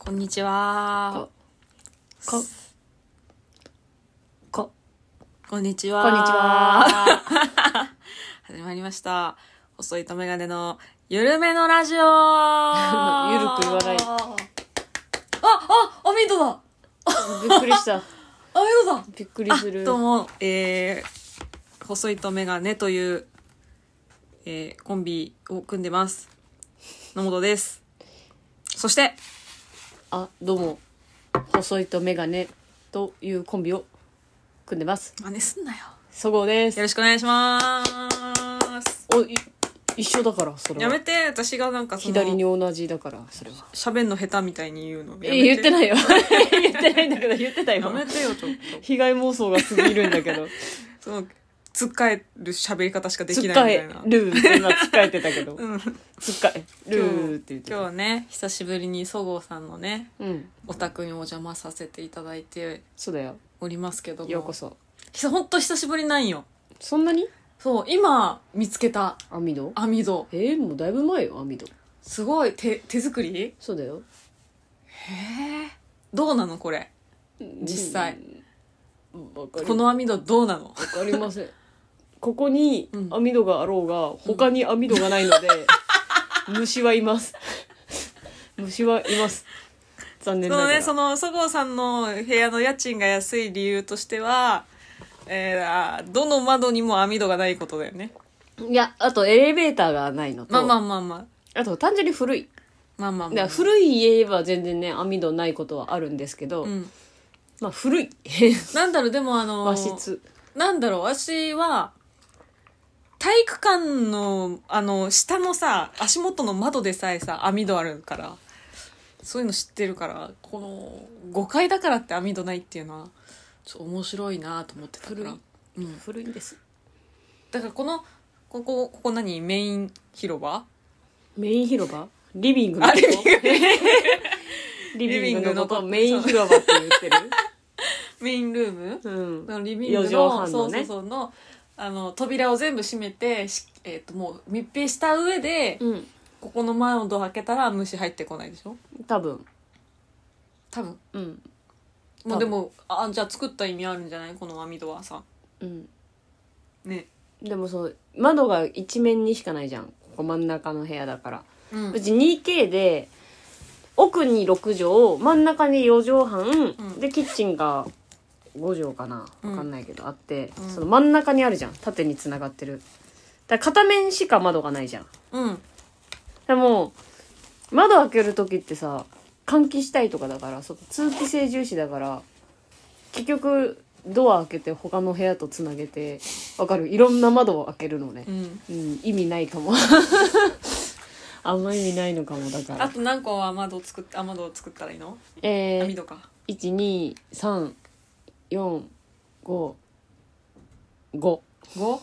こんにちは。こんにちは。 こんにちは。 始まりました。細いとメガネのゆるめのラジオ。 ゆるく言わない。 アミドだ。 びっくりした。 アミドだ。 びっくりする。 どうも、細いとメガネという、コンビを組んでます。野本です。そして、 どうも、細いとメガネというコンビを組んでます。 真似すんなよ。 そごうです。 よろしくお願いします。 一緒だから、それは。 やめて、私がなんか左に同じだから、それは。 喋んの下手みたいに言うの。 言ってないよ。言ってないんだけど、言ってたよ。 やめてよ、ちょっと。 被害妄想が過ぎるんだけど。 つっかえる喋り方しかできないみたいな。 つっかえるって今つっかえてたけど。つっかえるって言ってた。今日ね、久しぶりにそごうさんのね、お宅にお邪魔させていただいてそうだよ。 おりますけども。 ようこそ。 ほんと久しぶりなんよ。 そんなに？ そう、今見つけた。 網戸？ もうだいぶ前よ、網戸。 すごい、手作り？ そうだよ。 へえ。どうなのこれ。実際。このわ網戸どうなの？ かりません。ここに網戸があろうが、他に網戸がないので、虫はいます。虫はいます。残念ながら。 そのそごうさんの部屋の家賃が安い理由としては、どの窓にも網戸がないことだよね。 いや、あとエレベーターがないのと、あと単純に古い。だから古い家は全然ね、網戸ないことはあるんですけど、まあ古い。 なんだろう、でも和室。 なんだろう、私は、体育館の、下のさ、足元の窓でさえさ、網戸あるから、そういうの知ってるから、この、5階だからって網戸ないっていうのは、ちょっと面白いなと思ってたから。 古いんです。 だからここ何メイン広場？ メイン広場？リビングのこと？リビングのことメイン広場って言ってる？ メインルーム？リビングの、 4畳半のね。 そうの、扉を全部閉めて、もう密閉した上で、ここの窓を開けたら虫入ってこないでしょ？ 多分。 もうでも、じゃあ作った意味あるんじゃない？この網戸はさ。ね。 でもそう、窓が一面にしかないじゃん。ここ真ん中の部屋だから。うち 2K で、奥に6畳、真ん中に4畳半、で、キッチンが5畳かなわかんないけど、あって、その真ん中にあるじゃん。縦に繋がってる。だから片面しか窓がないじゃん。でも、窓開けるときってさ、換気したいとかだから、通気性重視だから、結局、ドア開けて他の部屋とつなげて、わかる？いろんな窓を開けるのね。意味ないかも。あんま意味ないのかも、だから。 あと何個は窓を作ったらいいの？網戸か。 1、2、3、4、5、5。 5？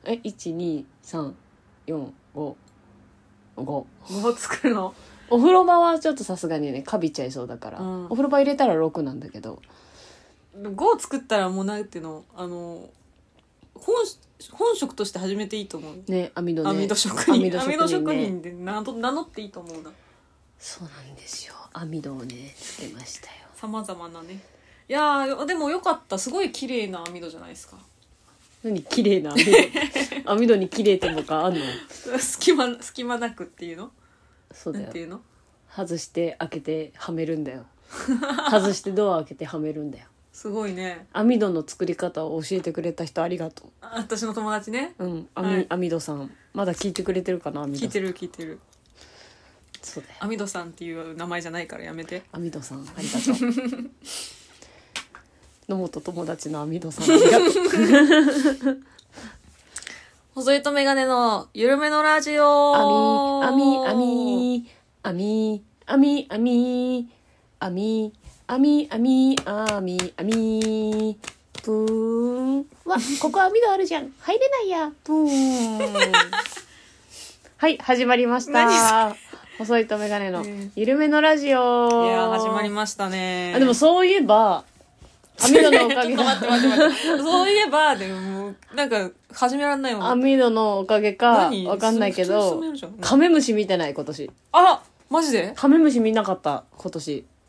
1、2、3、4、5、5。 5作るの？ お風呂場はちょっとさすがにね、かびちゃいそうだから。お風呂場入れたら6なんだけど。 5作ったらもうなんていうの、本職として始めていいと思う。 ね、網戸ね。 網戸職人。網戸職人で名乗っていいと思うな。 そうなんですよ。網戸をね、つけましたよ。 様々なね。いやー、でもよかった。すごい綺麗な網戸じゃないですか。 何綺麗な網戸。網戸に綺麗ってのかあんの？ 隙間なくっていうの？ そうだよ。 なんていうの？ 外して開けてはめるんだよ。外してドア開けてはめるんだよ。 すごいね。 網戸の作り方を教えてくれた人ありがとう。 私の友達ね。 網戸さん。まだ聞いてくれてるかな？網戸さん。 聞いてる。 そうだよ。 網戸さんっていう名前じゃないからやめて。 網戸さん、ありがとう。野本友達の網戸さん、ありがとう。 細いとメガネのゆるめのラジオ。 網、プーン。ここ網戸あるじゃん。入れないや。プーン。はい、始まりました。細いとメガネのゆるめのラジオ。 いや、始まりましたね。 でもそういえば、網戸のおかげちょっと待って。そういえば、でも、なんか、始めらんないもん。 網戸のおかげか、わかんないけど、カメムシ見てない、今年。 あ、マジで？ カメムシ見なかった、今年。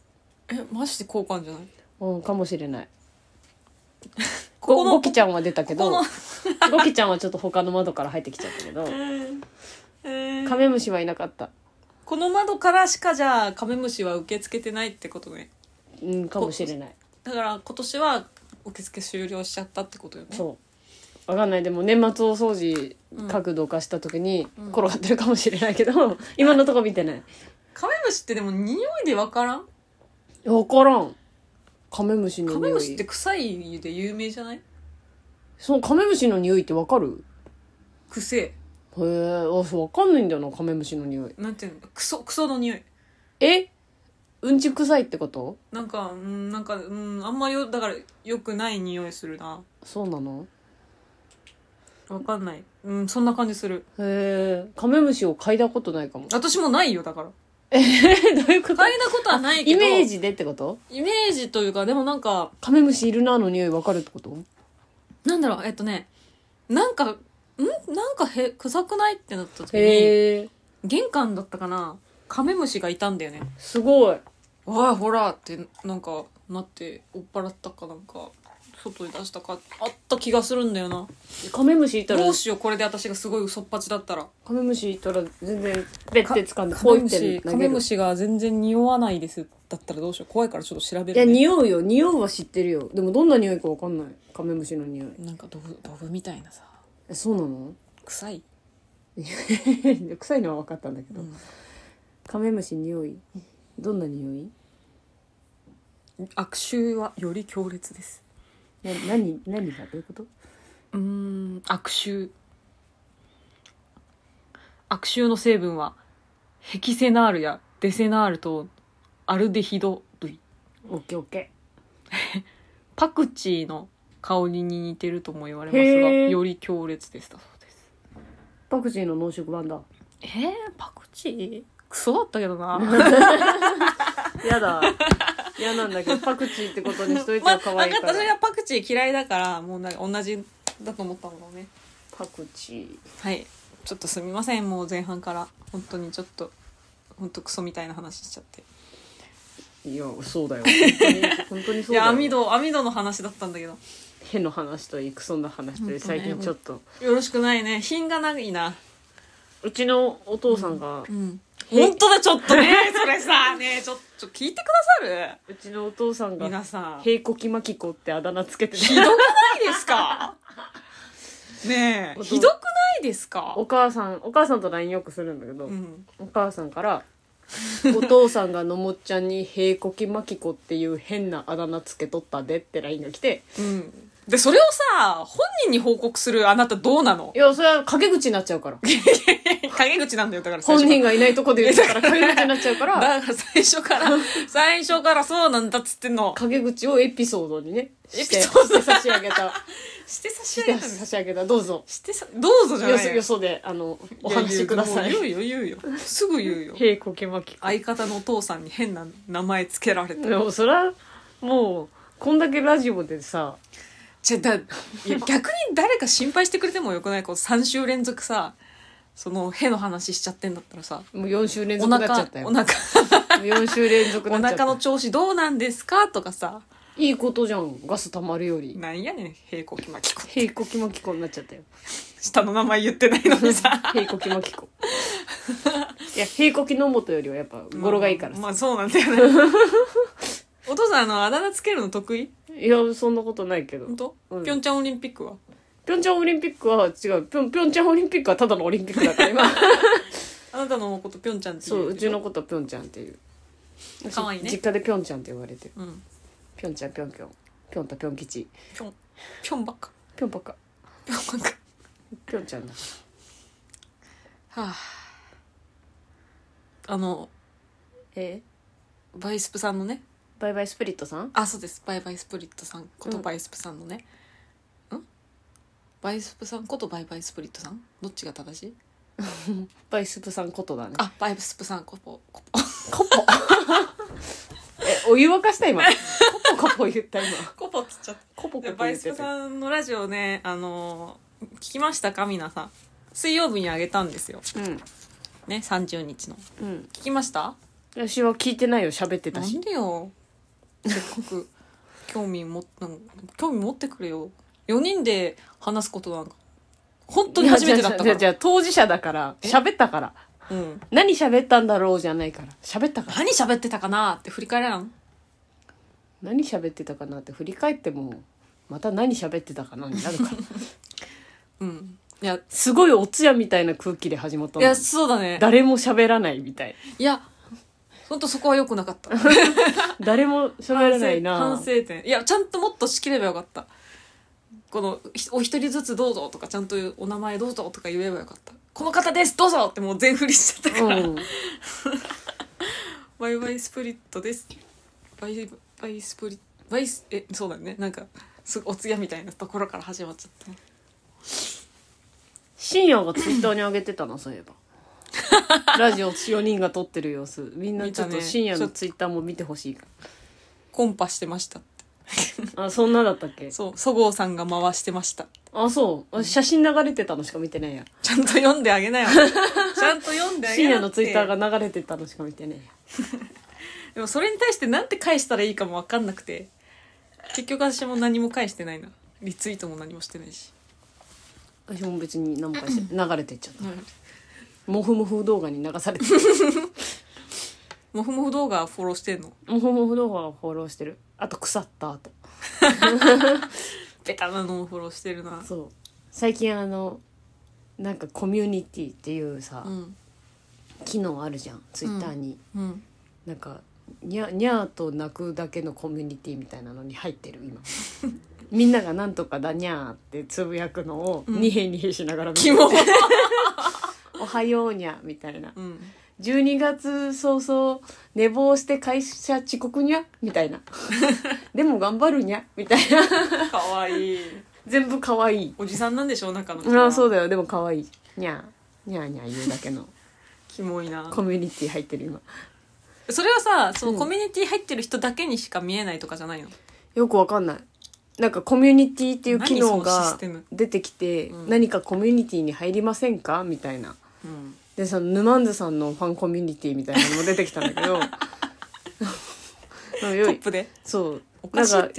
マジで交換じゃない？ うん、かもしれない。 ここのゴキちゃんは出たけど、 こゴキちゃんはちょっと他の窓から入ってきちゃったけど、カメムシはいなかった。 この窓からしかじゃあカメムシは受け付けてないってことね。 うん、かもしれない。 だから今年は受付終了しちゃったってことよね。 そうわかんない。でも年末大掃除角度化した時に転がってるかもしれないけど、今のとこ見てない。 カメムシってでも匂いで分からん？ 分からん。カメムシの匂い。 カメムシって臭いで有名じゃない？ そのカメムシの匂いって分かる？ くせへえ、分かんないんだよな、カメムシの匂い。 なんていうの？クソの匂い。 うんち臭いってこと？ なんかあんまりだから良くない匂いするな。 そうなの？ わかんない。そんな感じする。 へえ、カメムシを嗅いだことないかも。 私もないよ、だから。 どういうこと？ 嗅いだことはないけど。 イメージでってこと？ イメージというか、でもなんか、 カメムシいるなの匂い分かるってこと？ なんだろう、なんか臭くないってなった時に、 へえ、 玄関だったかな、カメムシがいたんだよね。 すごい。 わあ、ほらってなんかなって、追っ払ったかなんか、外に出したかあった気がするんだよな。 カメムシいたらどうしよう、これで私がすごい嘘っぱちだったら。 カメムシいたら全然ベッて掴んでポイって投げる。 カメムシが全然匂わないですだったらどうしよう。怖いからちょっと調べる、ね。 いや、匂うよ。匂うは知ってるよ。でもどんな匂いか分かんない。カメムシの匂い。 なんかドブみたいなさ。 そうなの？ 臭い。 臭いのは分かったんだけど、カメムシ匂いどんな匂い？ 悪臭はより強烈です。 何がどういうこと？ 悪臭の成分はヘキセナールやデセナールとアルデヒド類。 オッケー。 パクチーの香りに似てるとも言われますが、より強烈ですだそうです。 パクチーの濃縮版だ。 パクチークソだったけどな。 やだ。嫌なんだけど、パクチーってことにしといては可愛いから。 私はパクチー嫌いだから、もうなんか同じだと思ったものね。 パクチー。 はい。ちょっとすみません、もう前半から。本当にちょっと、本当クソみたいな話しちゃって。 いや、そうだよ。本当にそうだよ。 いや、網戸の話だったんだけど。 変の話といい、クソな話といい、最近ちょっと。 よろしくないね。品がないな。 うちのお父さんが、 本当だ、ちょっとね、それさ、ね、ちょっと聞いてくださる？ うちのお父さんが、 皆さん。 平子きまきこってあだ名つけてひどくないですか？ねえ、ひどくないですか？ お母さんと LINE よくするんだけど、お母さんから、お父さんがのもっちゃんに平子きまきこっていう変なあだ名つけとったでって LINE が来て、 で、それをさ、本人に報告するあなたどうなの？ いや、それは陰口になっちゃうから。 陰口なんだよ、だから本人がいないとこで言ったから陰口になっちゃうから。 だから最初からそうなんだっつってんの。 陰口をエピソードにね、して差し上げた。 して差し上げた。 どうぞ。 どうぞじゃないよ。 よそで、お話しください。 言うよ。すぐ言うよ。 平子けまき。 相方のお父さんに変な名前つけられて。 でもそれは、もう、こんだけラジオでさ、 いや逆に誰か心配してくれてもよくない？こう3週連続さ、そのへの話しちゃってんだったらさ、 もう4週連続になっちゃったよ。 お腹 4週連続になっちゃった。 お腹の調子どうなんですかとかさ、 いいことじゃん、ガス溜まるより。 なんやねん、平子きまきこ。 平子きまきこになっちゃったよ。 下の名前言ってないのにさ。 平子きまきこ。いや、平子きのもとよりはやっぱ語呂がいいからさ。 まあそうなんだよね。お父さんあだ名つけるの得意？ いや、そんなことないけど。 本当？ピョンチャンオリンピックは？ ピョンチャンオリンピックは違う。ピョンチャンオリンピックはただのオリンピックだから今。 あなたのことピョンチャンって言う。そう、うちのことピョンチャンっていう。 かわいいね。 実家でピョンチャンって言われてる。ピョンチャン、ピョンピョン。ピョンとピョン吉。 ピョンばっか。 ピョンばっか。 ピョンばっか。 ピョンちゃんだ。 はあ。バイスプさんのね。 バイバイスプリットさん？ あ、そうです。バイバイスプリットさんことバイスプさんのね。バイスプさんことバイバイスプリットさん？どっちが正しい？ バイスプさんことだね。 あ、バイスプさんコポ。 お湯沸かした今。コポ言った今。 コポっつっちゃった。 コポ言ってた。 バイスプさんのラジオね、聞きましたか皆さん？水曜日にあげたんですよ。ね、30日の。聞きました？ 私は聞いてないよ、喋ってたし。 なんでよ。 せっかく興味持ってくれよ。4人で話すことなんか本当に初めてだったから。 じゃあ当事者だから喋ったから。 うん、 何喋ったんだろうじゃないから喋ったから。 何喋ってたかなって振り返らん。 何喋ってたかなって振り返ってもまた何喋ってたかなになるからうんいやすごいお通夜みたいな空気で始まったの。 いやそうだね。 誰も喋らないみたい。 いや本当そこは良くなかった誰も喋らないな。 反省点。いやちゃんともっと仕切ればよかった。このお一人ずつどうぞとかちゃんとお名前どうぞとか言えばよかった。この方ですどうぞってもう全振りしちゃったから、うん、バイバイスプリットです。バイスプリットバイスそうだね。なんかお通夜みたいなところから始まっちゃった。 深夜がツイッターに上げてたなそういえばラジオ4人が撮ってる様子みんなちょっと深夜のツイッターも見てほしいから。 コンパしてましたってあそんなだったっけ。 そうそごうさんが回してました。 あそう写真流れてたのしか見てないや。 ちゃんと読んであげなよちゃんと読んであげなよ。 深夜のツイッターが流れてたのしか見てないやでもそれに対してなんて返したらいいかも分かんなくて結局私も何も返してないな。リツイートも何もしてないし。 私も別に何も返して流れてっちゃったモフモフ動画に流されてモフモフ動画フォローしてんの。 モフモフ動画をフォローしてる。あと腐った後ベタなのをフォローしてるな。 そう最近なんかコミュニティっていうさ、うん、機能あるじゃんツイッターに、うんうん、なんかにゃーと泣くだけのコミュニティみたいなのに入ってる今みんながなんとかだにゃーってつぶやくのをニヘニヘしながら見て、おはようにゃみたいな、うん、12月早々寝坊して会社遅刻にゃみたいなでも頑張るにゃみたいなかわいい。 全部かわいい。 おじさんなんでしょう中の人は。 あそうだよ。でもかわいいにゃーにゃーにゃー言うだけのキモいなコミュニティ入ってる今。 それはさそのコミュニティ入ってる人だけにしか見えないとかじゃないの、 よくわかんない。なんかコミュニティっていう機能が出てきて、何かコミュニティに入りませんかみたいな、うん、でそのヌマンズさんのファンコミュニティみたいなのも出てきたんだけどトップでそうおかしいって。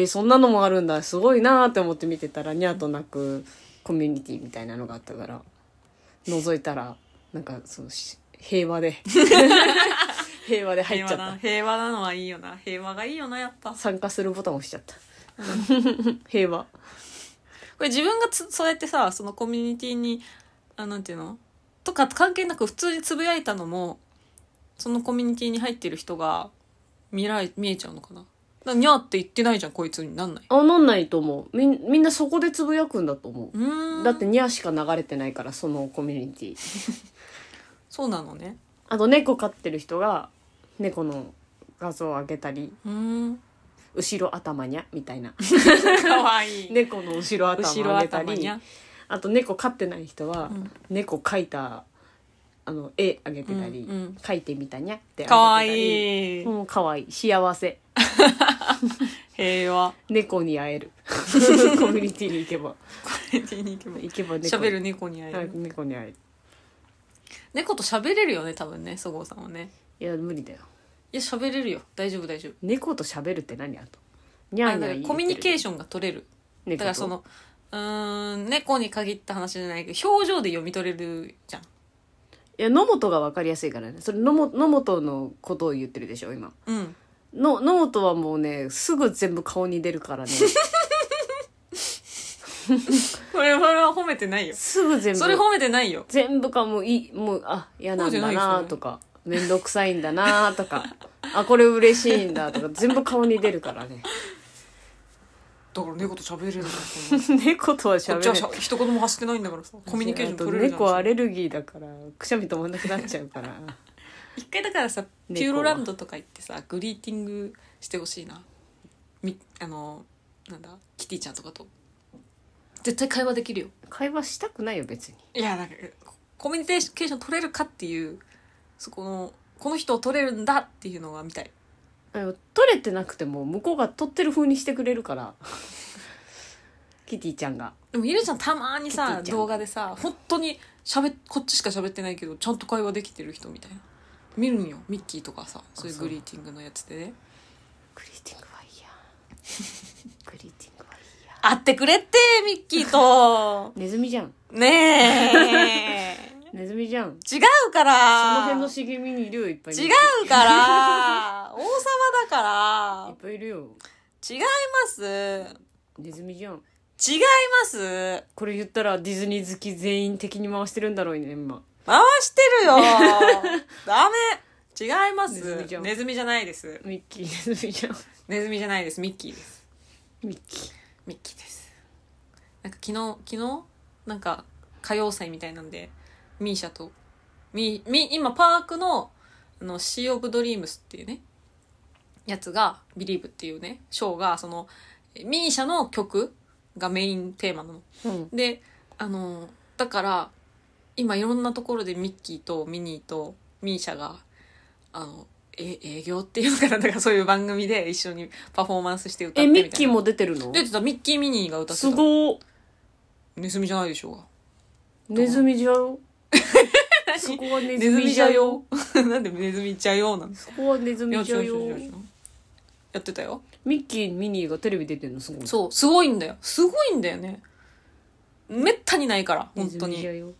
そんなのもあるんだすごいなって思って見てたらニャーと泣くコミュニティみたいなのがあったから覗いたらなんかそう平和で平和で入っちゃった。 平和なのはいいよな。平和がいいよなやっぱ。 参加するボタン押しちゃった平和。 これ自分がそうやってさそのコミュニティになんていうのとか関係なく普通につぶやいたのもそのコミュニティに入ってる人が見えちゃうのかな。にゃーって言ってないじゃんこいつになんない。 なんないと思う。みんなそこでつぶやくんだと思う。だってにゃーしか流れてないからそのコミュニティそうなのね。 あと猫飼ってる人が猫の画像を上げたり後ろ頭にゃみたいなかわいい猫の後ろ頭を上げたり、あと猫飼ってない人は、猫描いた絵あげてたり、描いてみたにゃってあげてたり。 かわいい。 もうかわいい。幸せ平和。 猫に会えるコミュニティに行けば喋る猫に会える。 猫に会える。 猫と喋れるよね多分ねそごうさんはね。 いや無理だよ。 いや喋れるよ大丈夫大丈夫。 猫と喋るって何あとにゃーにゃー言ってる。 コミュニケーションが取れる。だからその猫に限った話じゃないけど表情で読み取れるじゃん。 いや野本が分かりやすいからね。それ野本のことを言ってるでしょ今。うん野本はもうねすぐ全部顔に出るからねこれは褒めてないよ。 すぐ全部それ褒めてないよ。 全部かもう嫌なんだなとかめんどくさいんだなとかこれ嬉しいんだとか全部顔に出るからね。 だから猫と喋れる猫とは喋れる。 じゃあ一言も発してないんだからさコミュニケーション取れるじゃん。 猫アレルギーだからくしゃみ止まんなくなっちゃうから一回だからさピューロランドとか行ってさグリーティングしてほしいな。なんだキティちゃんとかと絶対会話できるよ。 会話したくないよ別に。 いやなんかコミュニケーション取れるかっていうこの人を取れるんだっていうのが見たい。 取れてなくても向こうが取ってる風にしてくれるからキティちゃんが。 でもゆるちゃんたまにさ動画でさ本当にこっちしか喋ってないけどちゃんと会話できてる人みたいな見るんよ。ミッキーとかさそういうグリーティングのやつでね、 グリーティングはいいやグリーティングはいいや会ってくれってミッキーとネズミじゃんねえネズミじゃん違うからその辺の茂みにいるよいっぱい違うから王様だからいっぱいいるよ違いますネズミじゃん違いますこれ言ったらディズニー好き全員敵に回してるんだろうね今回してるよダメ違いますネズミじゃんネズミじゃないですミッキーネズミじゃんネズミじゃないですミッキーですミッキーミッキーですなんか昨日なんか歌謡祭みたいなんでミーシャと今パークのシー・オブ・ドリームスっていうねやつがビリーブっていうねショーがそのミーシャの曲がメインテーマなの、 うん、 でだから今いろんなところでミッキーとミニーとミーシャが営業っていうのかなだからそういう番組で一緒にパフォーマンスして歌ってみたいな。 ミッキーも出てるの？ 出てた。ミッキーミニーが歌ってた。 すごー。 ネズミじゃないでしょうが。 ネズミじゃよ。そこはネズミじゃよ。 なんでネズミじゃよなの？ そこはネズミじゃよ。 やってたよ。 ミッキーミニーがテレビ出てるのすごい。 そう、すごいんだよ。すごいんだよね。めったにないから本当に。ネズミじゃよ。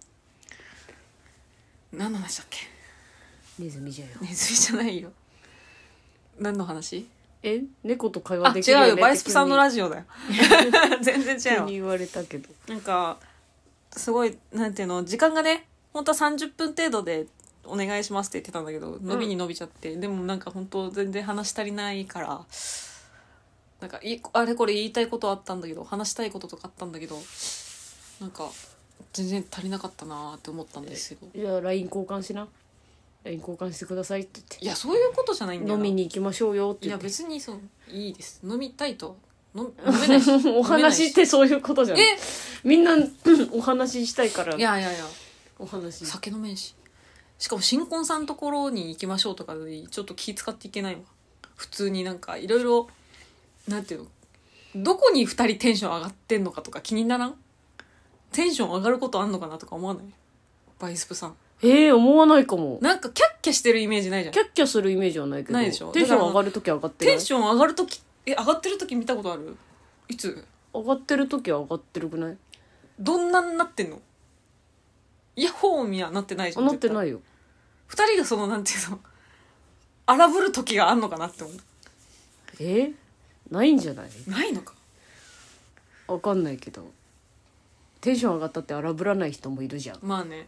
何の話だっけ？ ネズミじゃよ。 ネズミじゃないよ。何の話？ 猫と会話できるよね。 違うよ、バイスプさんのラジオだよ。全然違うよ。 急に言われたけど。 なんかすごいなんていうの時間がね本当は30分程度でお願いしますって言ってたんだけど伸びに伸びちゃって、でもなんか本当全然話足りないからなんかあれこれ言いたいことあったんだけど話したいこととかあったんだけどなんか全然足りなかったなって思ったんですけど、 じゃあ LINE 交換しな。LINE 交換してくださいって言って。 いやそういうことじゃないんだよな。 飲みに行きましょうよって言って。 いや別にそういいです。飲みたいと飲めないしお話ってそういうことじゃん。みんなお話ししたいから。 いやお話酒飲めんしかも新婚さんのところに行きましょうとかでちょっと気使っていけないわ。普通になんかいろいろなんていうのどこに2人テンション上がってんのかとか気にならん？テンション上がることあんのかなとか思わない？バイスプさん思わないかも。 なんかキャッキャしてるイメージないじゃん。 キャッキャするイメージはないけど。 ないでしょ。 テンション上がるとき上がってる。 テンション上がるとき上がってるとき見たことある？いつ？ 上がってるときは上がってるくない？ どんなになってんの？イヤホンにはなってないじゃん。 なってないよ。 2人がそのなんていうの荒ぶる時があんのかなって思う。 ないんじゃない？ ないのかわかんないけどテンション上がったって荒ぶらない人もいるじゃん。 まあね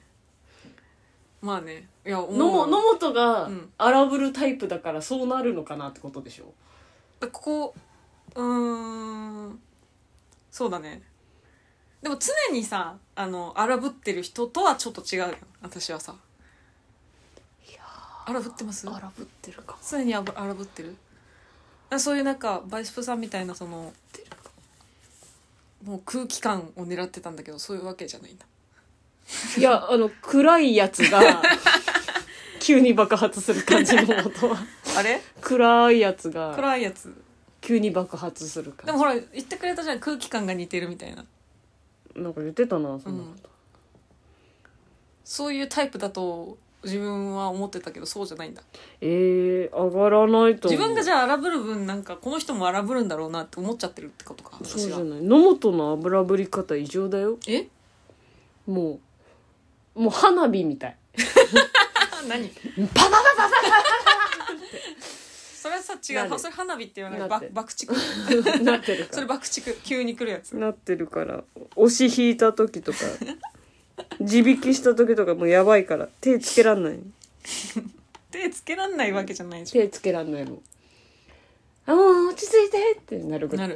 いや野本が荒ぶるタイプだからそうなるのかなってことでしょ。 ここそうだね。でも常にさ荒ぶってる人とはちょっと違うよ私はさ。 いや荒ぶってます？ 荒ぶってるかも。 常に荒ぶってる。そういうなんかバイスプさんみたいなそのもう空気感を狙ってたんだけどそういうわけじゃないんだ。 いや暗いやつが急に爆発する感じの音はあれ暗いやつが急に爆発する感じ。 でもほら言ってくれたじゃん空気感が似てるみたいな。 なんか言ってたなそんなこと、 そういうタイプだと自分は思ってたけどそうじゃないんだ。 上がらないと思う。 自分がじゃあ荒ぶる分なんかこの人も荒ぶるんだろうなって思っちゃってるってことか。 そうじゃない。野本の油ぶり方異常だよ。もう花火みたい何パパパパパパそれはさ違う。それ花火って言わない。爆竹なってるからそれ爆竹急に来るやつなってるから。押し引いた時とか地引きした時とかもうやばいから手つけらんない手つけらんないわけじゃないでしょ。 手つけらんないもん。もう落ち着いてってなるぐらい。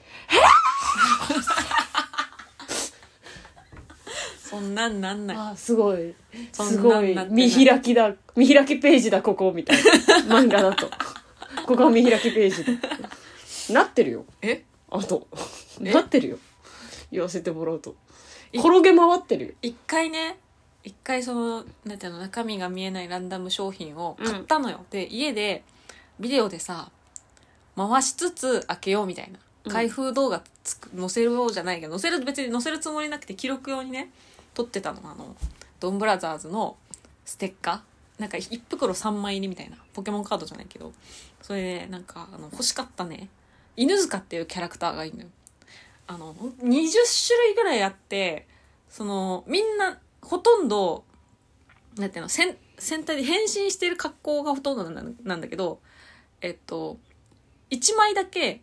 そんなんなんない。 すごい見開きページだここみたいな漫画だとここは見開きページだなってるよ。なってるよ。言わせてもらうと転げ回ってるよ。 一回そのなんていうの中身が見えないランダム商品を買ったのよ、で家でビデオでさ回しつつ開けようみたいな開封動画載せようじゃないけど別に載せるつもりなくて記録用にね撮ってたのドンブラザーズのステッカなんか1袋3枚入りみたいなポケモンカードじゃないけど、それでなんか欲しかったね犬塚っていうキャラクターがいるのよ。20種類ぐらいあって、みんなほとんどなんていうの、戦隊で変身してる格好がほとんどなんだけど、1枚だけ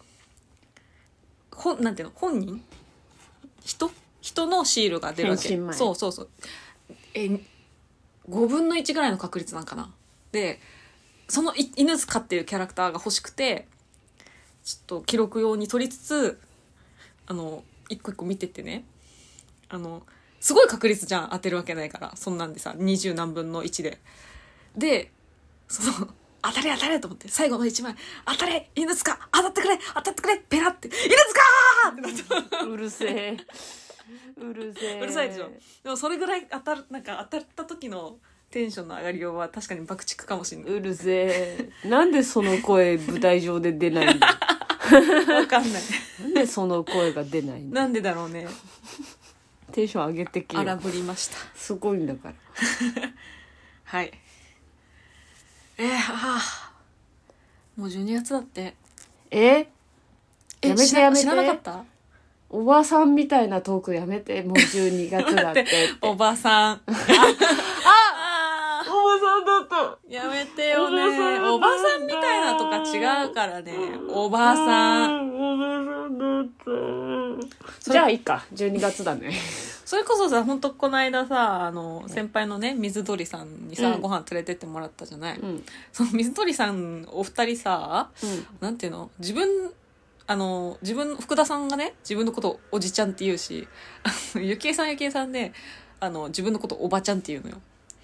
なんていうの、本人人のシールが出るわけ。 変身前。 そうそうそう。5分の1ぐらいの確率なんかな。で、その犬塚っていうキャラクターが欲しくて、ちょっと記録用に取りつつ、一個一個見てってね。すごい確率じゃん、当てるわけないから。そんなんでさ、20何分の1で。で、当たれ当たれと思って、最後の1枚、当たれ犬塚当たってくれ当たってくれペラって、犬塚ーってなった。 うるせえ。うるせえ。 うるさいでしょ。でもそれぐらい当たった時のテンションの上がりようは確かに爆竹かもしれない。 うるせえ。なんでその声舞台上で出ないんだ。 わかんない。 なんでその声が出ないんだ。 なんでだろうね。 テンション上げてけよ。 荒ぶりました。 すごいんだから。 はい。もう12月だって。 やめてやめて。 知らなかった？ おばさんみたいなトークやめて。もう12月だっておばさん。 おばさんだった。 やめてよね。おばさんみたいなとか違うからね。おばさん。 おばさんだった。じゃあいいか。12月だね。 それこそさ、ほんとこの間さ、先輩のね、水鳥さんにさ、 うんご飯連れてってもらったじゃない、 うん、 その水鳥さん、お二人さ、 うん、 なんていうの、福田さんがね、自分のことをおじちゃんって言うし、ゆきえさんで、自分のことをおばちゃんって言うのよ。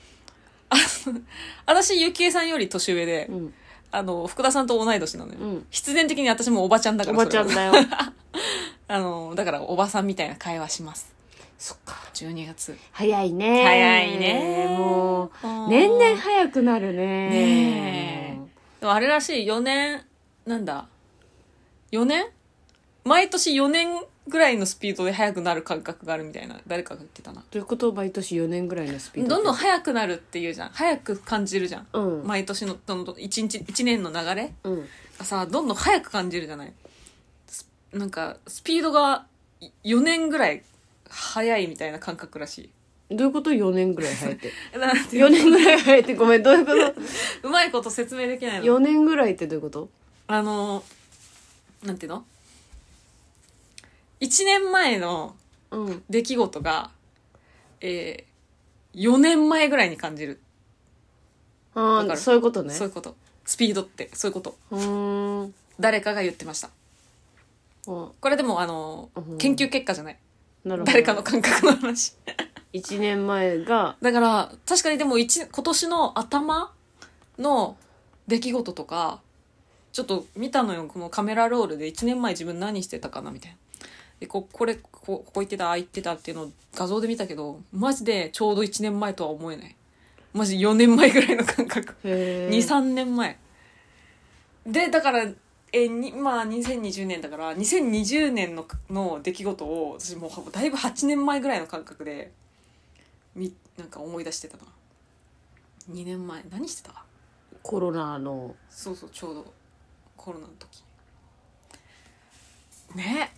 私、ゆきえさんより年上で、 うん、 福田さんと同い年なのよ。 うん、 必然的に私もおばちゃんだから。 おばちゃんだよ。 だからおばさんみたいな会話します。 そっか。 12月。 早いね。 早いね。 もう、年々早くなるね。 ねえ。でもあれらしい、4年、なんだ ?4 年毎年4年ぐらいのスピードで速くなる感覚があるみたいな、誰かが言ってたな。 ということを毎年4年ぐらいのスピードで。 どんどん速くなるっていうじゃん。速く感じるじゃん。 うん。 毎年の、1年の流れうん。 がさ、どんどん速く感じるじゃない。なんか、スピードが4年ぐらい早いみたいな感覚らしい。 どういうこと ?4 年ぐらい早いって。 なんて 4年ぐらい早いってごめん、どういうこと？ うまいこと説明できないの。 4年ぐらいってどういうこと？ なんていうの ?1 年前の出来事が、4年前ぐらいに感じる。 ああ、そういうことね。 そういうこと。スピードって、そういうこと。 うん。 誰かが言ってました。これでも、研究結果じゃない。 なるほど。 誰かの感覚の話。 1年前が。 だから、確かにでも今年の頭の出来事とか、ちょっと見たのよ、このカメラロールで1年前自分何してたかなみたいな。で、ここ行ってた、ああ行ってたっていうのを画像で見たけど、マジでちょうど1年前とは思えない。マジ4年前ぐらいの感覚。2、3年前。で、だから、まあ2020年だから、2020年の出来事を、私もうだいぶ8年前ぐらいの感覚で、なんか思い出してたな。2年前、何してた？ コロナの。 そうそう、ちょうどコロナの時。ね。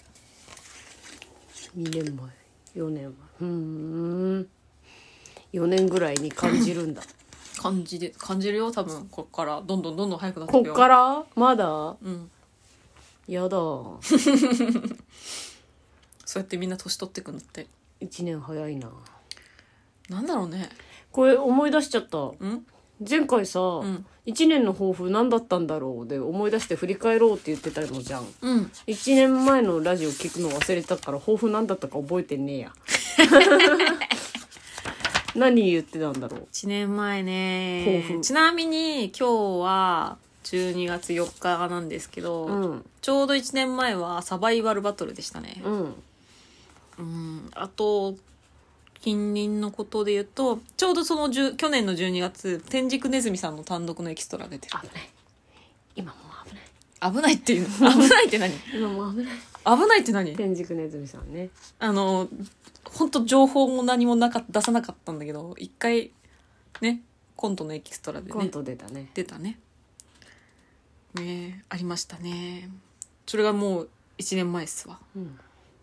2年前、4年前。4年ぐらいに感じるんだ。 感じるよ、多分。こっからどんどん速くなってくよ。 こっからまだ？ うん。 やだ。 そうやってみんな年取ってくんだって。 1年早いな。 なんだろうね。 これ思い出しちゃった。 ん？ 前回さ、1年の抱負何だったんだろうで思い出して振り返ろうって言ってたのじゃん。 うん。 1年前のラジオ聞くの忘れたから抱負何だったか覚えてねえや。何言ってたんだろう。 1年前ね。ちなみに今日は12月4日なんですけど、ちょうど1年前はサバイバルバトルでしたね。あと近隣のことで言うと、ちょうどその去年の12月、天竺ネズミさんの単独のエキストラ出てる。 危ない。今もう危ない。 危ないっていうの？危ないって何？ 今もう危ない。 危ないって何？ 天竺ネズミさんね。 本当情報も何も出さなかったんだけど、一回ね、 コントのエキストラでコンねト出たね。 出たね。ねありましたね。それがもう1年前っすわ。 うん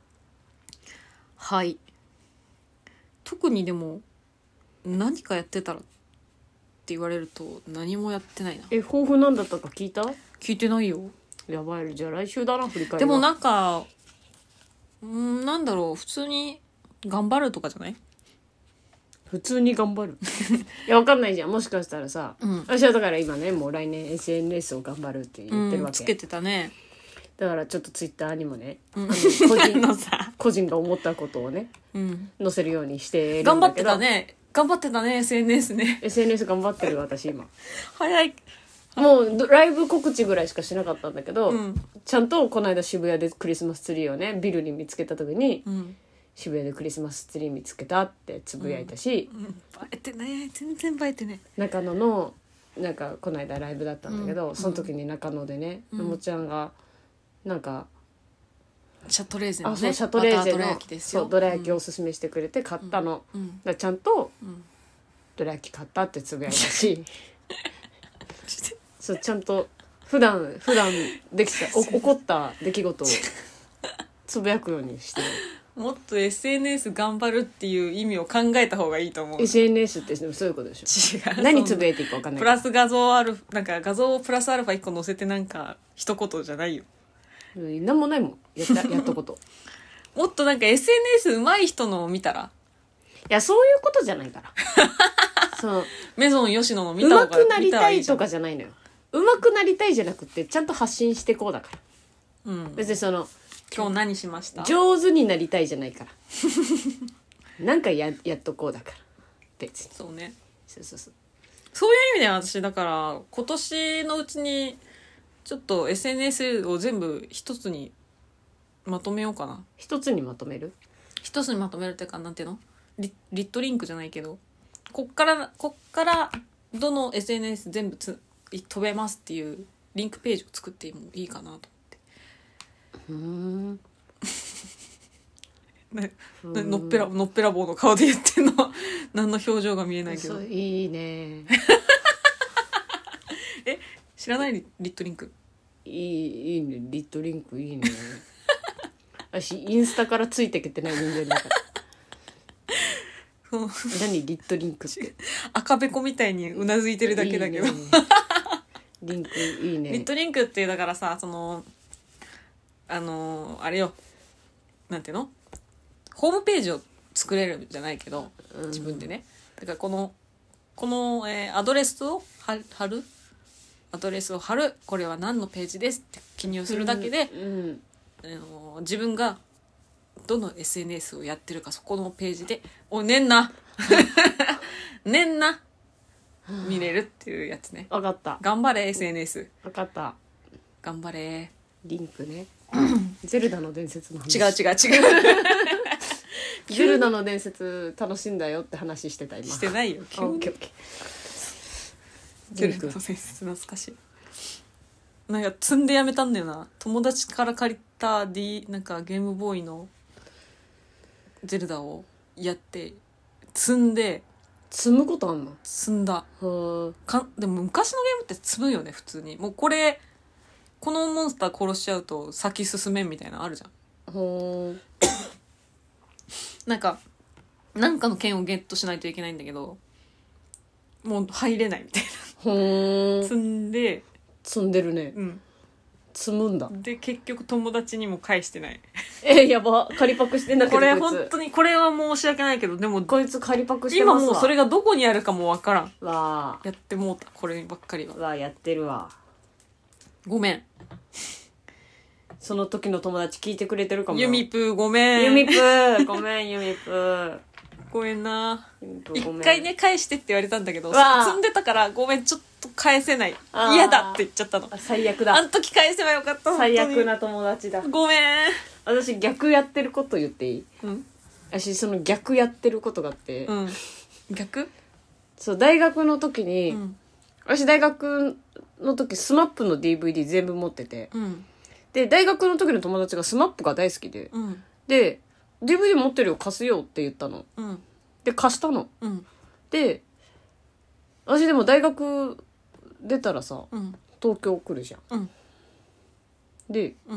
はい。特にでも何かやってたらって言われると何もやってないな。 抱負なんだったか聞いた？ 聞いてないよ。 やばい、じゃあ来週だな、振り返りは。 でもなんかなんだろう、普通に頑張るとかじゃない？ 普通に頑張るいやわかんないじゃん、もしかしたらさ、 うん私はだから今ねもう来年 SNS を頑張るって言ってるわけ、 つけてたね。 だからちょっとツイッターにもね、 うん個人さ、 個人が思ったことをね載せるようにしてる頑張ってんだけど、 たね。頑張ってたね SNS ね。 SNS 頑張ってる私今早い。 もうライブ告知ぐらいしかしなかったんだけど、 うんちゃんとこの間渋谷でクリスマスツリーをねビルに見つけた時に、 うん渋谷でクリスマスツリー見つけたってつぶやいたし、 映えてね、全然映えてね。 中野のなんかこの間ライブだったんだけど、その時に中野でね、のもちゃんがなんかシャトレーゼのね、 そうシャトレーゼバターどらの焼きですよ。 そうどら焼きをおすすめしてくれて買ったの、だからちゃんとどら焼き買ったってつぶやいたしそうちゃんと普段できた起こった出来事をつぶやくようにしてるもっと SNS 頑張るっていう意味を考えた方がいいと思う。 SNS ってそういうことでしょ。 違う。 何つぶやいていいか分かんないプラス画像ある、なんか画像をプラスアルファ1個載せてなんか一言じゃないよ。 なんもないもんやったこともっとなんか SNS 上手い人のを見たら、 いやそういうことじゃないからそうメゾン吉野の見た方が上手くなりたいと見たらかじゃないのよ。上手くなりたいじゃなくてちゃんと発信してこうだから、別にその今日何しました？ 上手になりたいじゃないからなんかやっとこうだから別にそうね。 そうそうそうそういう意味では私だから今年のうちにちょっと SNS を全部一つにまとめようかな。 一つにまとめる。 一つにまとめるっていうか、なんていうの、リットリンクじゃないけど、こっからどの SNS 全部飛べますっていうリンクページを作ってもいいかなと思って。のっぺらぼうの顔で言ってんの何の表情が見えないけど。 そういいね知らないリットリンク？ いいね、リットリンクいいね私インスタからついてけてない人間だから何リットリンクって赤べこみたいにうなずいてるだけだけど、 いいねリンクいいね。 リットリンクってだからさ、そのあれよ、なんていうの、ホームページを作れるじゃないけど、自分でね、だからこの、アドレスを貼る、これは何のページですって記入するだけで、自分がどの SNS をやってるかそこのページでねんな見れるっていうやつね。 分かった。 頑張れ SNS。 分かった。 頑張れ。 リンクねゼルダの伝説の話。 違うゼルダの伝説楽しんだよって話してた今。 してないよ。 オッケーオッケー。 ゼルダの伝説懐かしい。なんか積んでやめたんだよな。友達から借りたなんかゲームボーイのゼルダをやって積んで。 積むことあんの？ 積んだ。でも昔のゲームって積むよね普通に。もうこのモンスター殺しちゃうと先進めんみたいなのあるじゃん。なんかの剣をゲットしないといけないんだけど、もう入れないみたいな。積んで。 積んでるね。積むんだ。 で結局友達にも返してない。 やば、仮パクしてんだけど。 これ本当にこれは申し訳ないけど、でもこいつ仮パクしてますわ。 今もうそれがどこにあるかもわからん。 わやってもうた、こればっかりは。 わやってるわ。 ごめん。 その時の友達聞いてくれてるかも。 ユミプーごめん。 ユミプーごめんユミプー。 ごめんな。一一回ね返してって言われたんだけど、積んでたからごめんちょっと返せない。嫌だって言っちゃったの。 最悪だ。 あん時返せばよかった。 最悪な友達だ。 ごめん。 私逆やってること言っていい？私その逆やってることがあって。 逆？ そう大学の時に、私大学の時スマップの DVD 全部持ってて、で大学の時の友達がスマップが大好きで、で DVD 持ってるよ貸すよって言ったの、で貸したの、で私でも大学出たらさ、 うん。 東京来るじゃん。 うん。 で、 うん。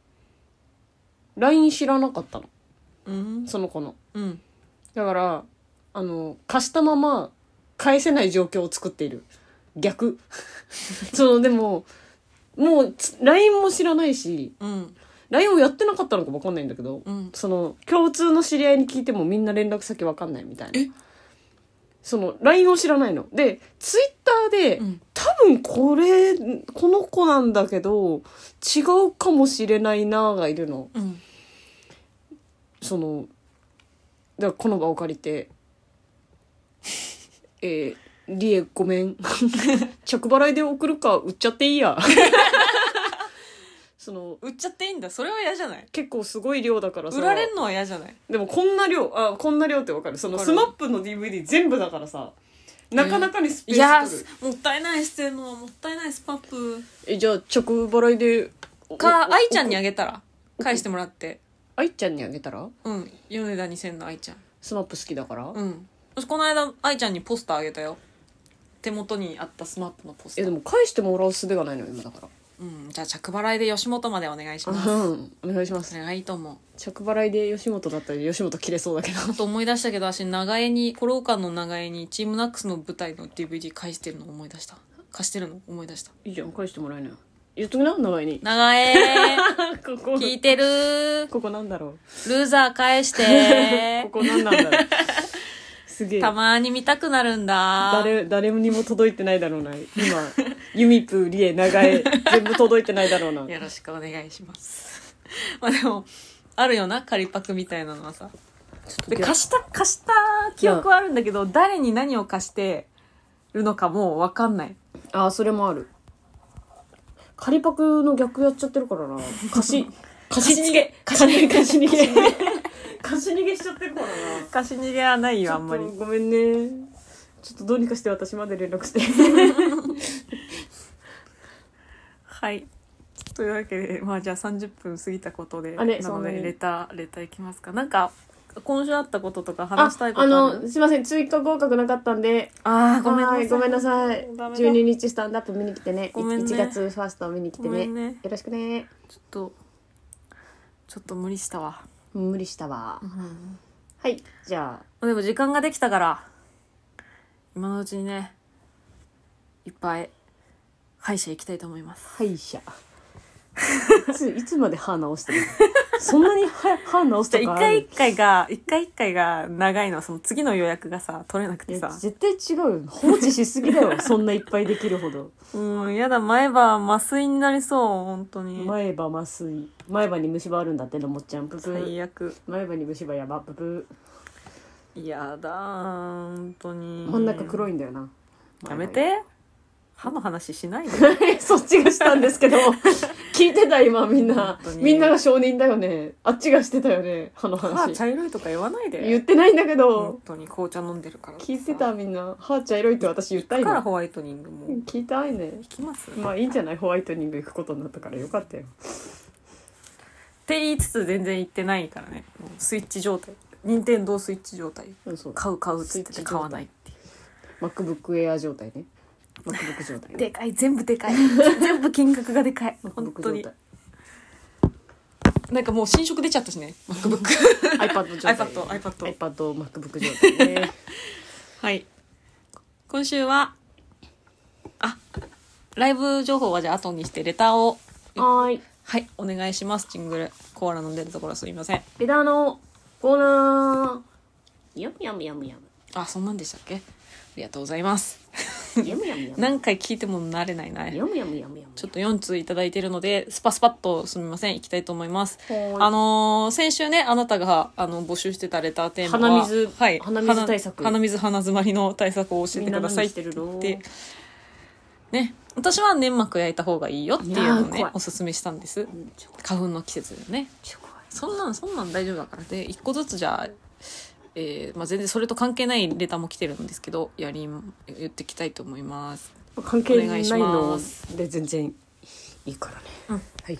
LINE 知らなかったの。 うん。 その子の。 うん。 だから、貸したまま返せない状況を作っている。逆。でも、もう、LINE も知らないし、 うん。 LINE をやってなかったのか分かんないんだけど、 うん。 共通の知り合いに聞いてもみんな連絡先分かんないみたいな。 え LINE を知らないの。で、Twitter で、 うん。 多分この子なんだけど、違うかもしれないながいるの。 うん。 だからこの場を借りて、リエごめん。着払いで送るか売っちゃっていいや。 売っちゃっていいんだ。それは嫌じゃない？ 結構すごい量だからさ。 売られんのは嫌じゃない？ でもこんな量ってわかる。スマップの DVD 全部だからさ、なかなかにスペースいや取る。 もったいない捨てるのはもったいないスパップ。 じゃあ直払いで愛ちゃんにあげたら返してもらって。 愛ちゃんにあげたら？ うん。米田2000の愛ちゃん。 スマップ好きだから？ うん。私この間愛ちゃんにポスターあげたよ。手元にあったスマップのポスター。 でも返してもらう術がないの今だから。 うん。じゃあ着払いで吉本までお願いします。 うん。お願いします。 それがいいと思う。 着払いで吉本だったら吉本切れそうだけど。 あと思い出したけど、私コローカンの長江にチームナックスの舞台の DVD 返してるの思い出した。貸してるの思い出した。 いいじゃん、返してもらえなよ。言っときな、長井に。 長江聞いてる？ ここなんだろう。ルーザー返してここなんなんだろう。すげえ。 たまに見たくなるんだ。 誰にも届いてないだろうな。今、ユミプー、リエ、長江、全部届いてないだろうな。 よろしくお願いします。まあでも、あるよな、仮パクみたいなのはさ。で貸した記憶はあるんだけど、誰に何を貸してるのかもう分かんない。 ああ、それもある。仮パクの逆やっちゃってるからな。貸し逃げしちゃってるからな。 貸し逃げはないよ、あんまり。 ごめんね。ちょっとどうにかして私まで連絡して。 はい。というわけで、まあじゃあ30分過ぎたことで、 あれなのでレターいきますか。なんか、今週あったこととか話したいことある？ すいません、追加合格なかったんで。 ごめんなさい。 ごめんなさい。12日スタンドアップ見に来てね。 ごめんね。 1月ファースト見に来てね。よろしくね。 ちょっと無理したわ。 無理したわ。はい、じゃあ。でも時間ができたから、今のうちにね、いっぱい歯医者行きたいと思います。 歯医者。いつまで歯直してるの？そんなに歯直すとかある？ 一回一回が長いのはその次の予約がさ取れなくてさ。 絶対違うよ。放置しすぎだよ。そんないっぱいできるほど。 やだ、前歯麻酔になりそう、本当に。 前歯麻酔。前歯に虫歯あるんだってのもっちゃん。ププ最悪。 前歯に虫歯やば、ププ。 やだー、本当に。 真ん中黒いんだよな。 やめて。歯の話しないで。 そっちがしたんですけど、聞いてた今みんなが証人だよね。あっちがしてたよね、歯の話。 歯茶色いとか言わないで。 言ってないんだけど。 本当に紅茶飲んでるから聞いてたみんな。歯茶色いって私言った今。 だからホワイトニングも。 聞いたいね。 行きます？ まあいいんじゃない？ホワイトニング行くことになったからよかったよ。 って言いつつ全然行ってないからね。もうスイッチ状態。任天堂スイッチ状態。買うっつって買わないっていう。 MacBook Air 状態ね。MacBook 状態、ね、 でかい、全部でかい。全部金額がでかい。本当に。なんかもう新色出ちゃったしね。MacBook。 iPad 状態。iPad MacBook 状態ね。 はい。今週は、ライブ情報はじゃあ後にしてレターを。はい、お願いします。ジングル。コーラ飲んでるところすいません。 レターのコーナー。やむやむやむやむ。 そんなんでしたっけ？ありがとうございます。何回聞いても慣れないな。ちょっと4通いただいているのでスパスパッとすみません、いきたいと思います。先週ね、あなたが募集してたレターテーマは鼻水対策、 鼻詰まりの対策を教えてくださいって言ってね、私は粘膜焼いた方がいいよっていうのをねおすすめしたんです。花粉の季節でね、そんなん大丈夫だからで、1個ずつじゃあ全然それと関係ないレターも来てるんですけど言っていきたいと思います。 関係ないので全然いいからね、はい。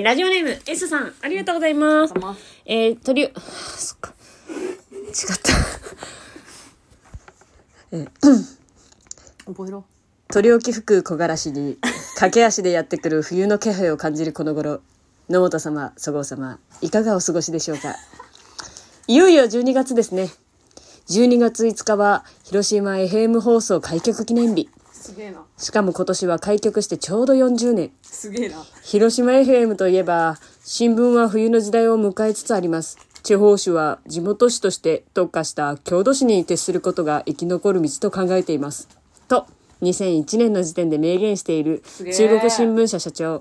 ラジオネーム S さん、ありがとうございます。そっか、違った覚えろ。 取り置き吹く木枯らしに駆け足でやってくる冬の気配を感じるこの頃、野本様、そごう様、いかがお過ごしでしょうか。いよいよ12月ですね。12月5日は広島 FM 放送開局記念日。 すげえな。 しかも今年は開局してちょうど40年。 すげえな。 広島 FM といえば、新聞は冬の時代を迎えつつあります。地方紙は地元紙として特化した郷土紙に徹することが生き残る道と考えています。と、2001年の時点で明言している中国新聞社社長、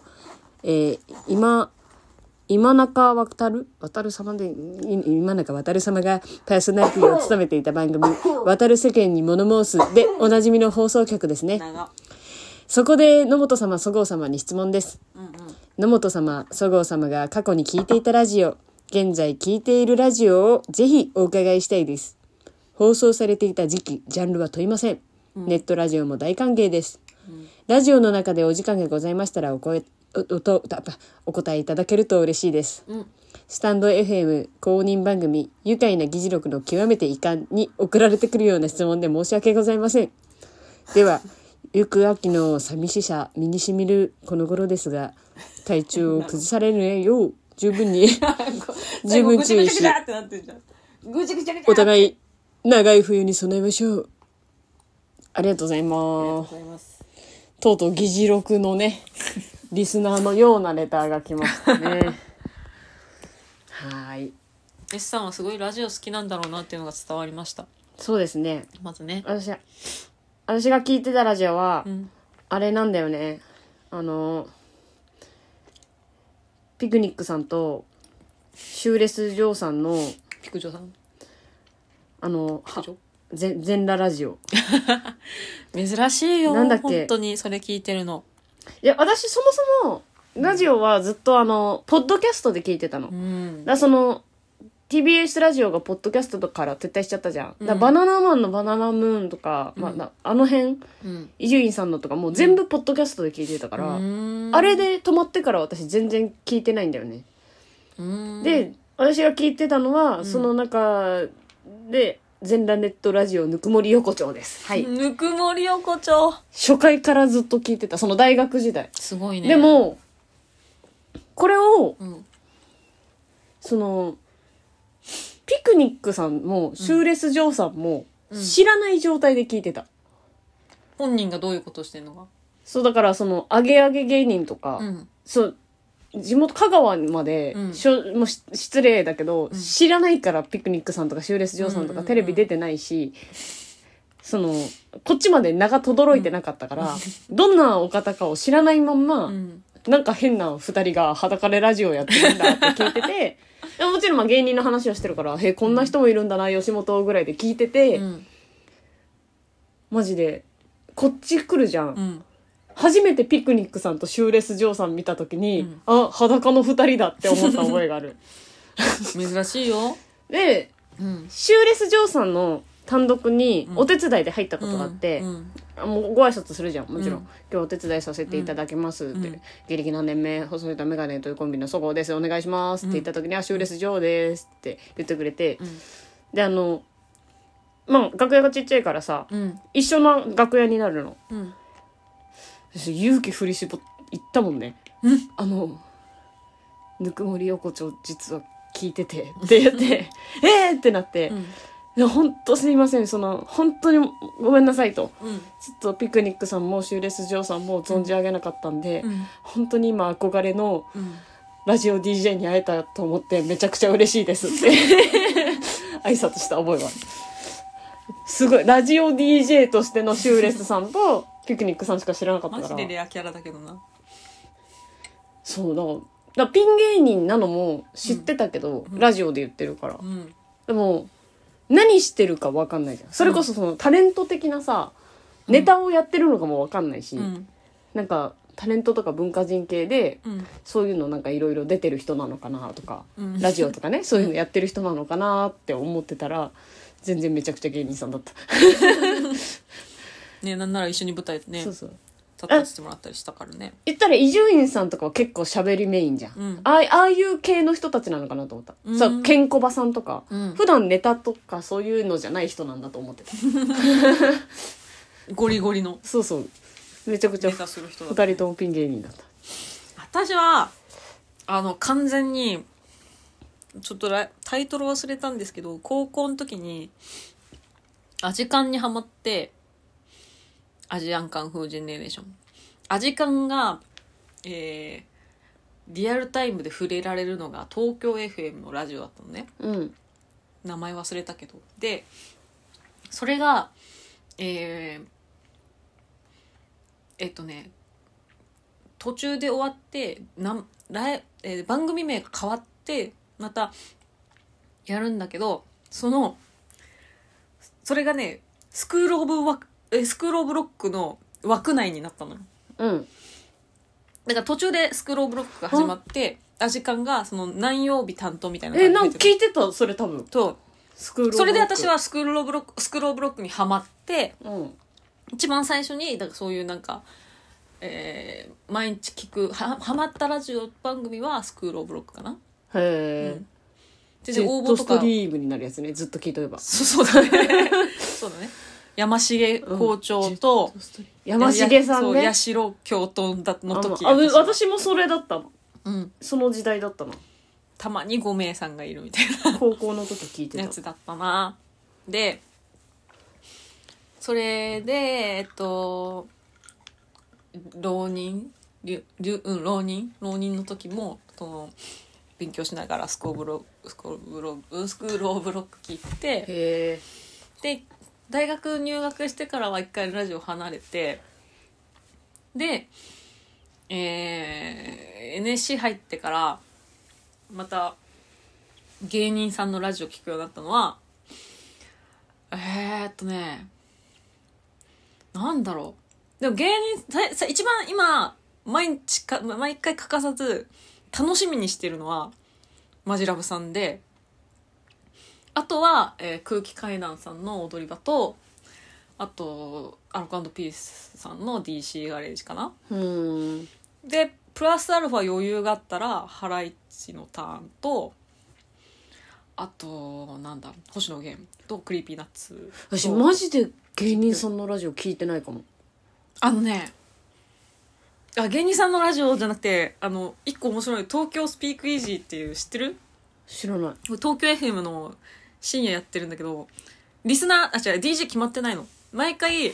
今中渡様で、今中渡様がパーソナリティを務めていた番組、渡る世間に物申すでおなじみの放送局ですね。そこで野本様、そごう様に質問です。野本様、そごう様が過去に聞いていたラジオ、現在聞いているラジオをぜひお伺いしたいです。放送されていた時期、ジャンルは問いません。ネットラジオも大歓迎です。ラジオの中でお時間がございましたらお答えいただけると嬉しいです。スタンド FM 公認番組愉快な議事録の極めて遺憾に送られてくるような質問で申し訳ございません。では、ゆく秋の寂しさ身にしみるこの頃ですが、体調を崩されないよう十分注意し、お互い長い冬に備えましょう。ありがとうございます。とうとう議事録のねリスナーのようなレターが来ましたね。はい。 S さんはすごいラジオ好きなんだろうなっていうのが伝わりました。 そうですね。 まずね。 私が聞いてたラジオは、あれなんだよね。ピクニックさんとシューレス・ジョーさんのピクジョさん全裸ラジオ。 珍しいよ。 なんだっけ、 本当にそれ聞いてるの。 いや、私そもそもラジオはずっとポッドキャストで聞いてたの。だからTBS ラジオがポッドキャストから撤退しちゃったじゃん。だからバナナマンのバナナムーンとか、あの辺、伊集院さんのとかもう全部ポッドキャストで聞いてたから、あれで止まってから私全然聞いてないんだよね。で、私が聞いてたのは、その中で、全裸ネットラジオぬくもり横丁です。はい。 ぬくもり横丁。 初回からずっと聞いてた。その大学時代。 すごいね。 でも、これを、ピクニックさんも、シューレス・ジョーさんも、知らない状態で聞いてた。 本人がどういうことしてんのか。 そう、だから、アゲアゲ芸人とか、地元香川まで、もう失礼だけど、知らないからピクニックさんとかシューレス・ジョーさんとかテレビ出てないし、こっちまで名が轟いてなかったから、どんなお方かを知らないまんま、なんか変な二人が裸でラジオやってるんだって聞いてて、でももちろん芸人の話をしてるから、こんな人もいるんだな、吉本ぐらいで聞いてて、マジで、こっち来るじゃん。初めてピクニックさんとシューレス・ジョーさん見たときに、裸の二人だって思った覚えがある。 珍しいよ。 で、シューレス・ジョーさんの単独にお手伝いで入ったことがあって、もうご挨拶するじゃん、もちろん。今日お手伝いさせていただきますって。芸歴何年目、細いたメガネというコンビのそごうです。お願いしますって言ったときに、シューレス・ジョーですって言ってくれて、で、楽屋がちっちゃいからさ、一緒の楽屋になるの。勇気振り絞って言ったもんね。ぬくもり横丁実は聞いててって言ってってなって、本当すいません、本当にごめんなさいと、ちょっとピクニックさんもシューレス・ジョーさんも存じ上げなかったんで、本当に今憧れのラジオ DJ に会えたと思ってめちゃくちゃ嬉しいですって挨拶した覚えはすごいラジオ DJ としてのシューレスさんとピクニックさんしか知らなかったから。 マジでレアキャラだけどな。 そうだからピン芸人なのも知ってたけど、ラジオで言ってるから、でも何してるか分かんないじゃん。それこそタレント的なさ、ネタをやってるのかも分かんないし、なんかタレントとか文化人系で、そういうのなんかいろいろ出てる人なのかなとか、ラジオとかねそういうのやってる人なのかなって思ってたら、全然めちゃくちゃ芸人さんだった。 ね、なんなら一緒に舞台ね。 そうそう。 立たせてもらったりしたからね。 言ったら伊集院さんとかは結構喋りメインじゃん。ああいう系の人たちなのかなと思った。さ、ケンコバさんとか、普段ネタとかそういうのじゃない人なんだと思ってた。 ゴリゴリの。 そうそう。めちゃくちゃネタする人だった。 二人ともピン芸人だった。 私は、完全に、ちょっとタイトル忘れたんですけど、高校の時に、アジカンにハマって、アジアンカンフージェネレーション。アジカンが、リアルタイムで触れられるのが東京 FM のラジオだったのね。名前忘れたけど。で、それが、途中で終わって、番組名が変わって、また、やるんだけど、それがね、スクールオブロックの枠内になったのよ。だから途中でスクールオブロックが始まって、アジカンがその何曜日担当みたいな感じで。 なんか聞いてた、それ多分。 そう。それで私はスクールオブロックにハマって、一番最初に、だからそういうなんか、毎日聞く、ハマったラジオ番組はスクールオブロックかな。 へー。ジェットストリームになるやつね、ずっと聞いとけば。 そうだね。そうだね。山重校長と、 山重さんね。 八代教頭の時。 私もそれだったの。その時代だったな。 たまに5名さんがいるみたいな。 高校の時聞いてた。 やつだったな。で、それで、浪人の時も、勉強しながらスクールオブロック聞いて、で、大学入学してからは一回ラジオ離れて、で、NSC 入ってからまた芸人さんのラジオ聞くようになったのはなんだろう、でも芸人一番今毎回欠かさず楽しみにしてるのはマジラブさんで、あとは、空気階段さんの踊り場と、あとアルコ&ピースさんの DC ガレージかな。でプラスアルファ余裕があったらハライチのターンと、あとなんだ、星野源とクリーピーナッツ。 私マジで芸人さんのラジオ聞いてないかも。 芸人さんのラジオじゃなくて、一個面白い東京スピークイージーっていう、知ってる？ 知らない。 東京 FM の深夜やってるんだけど、DJ 決まってないの。毎回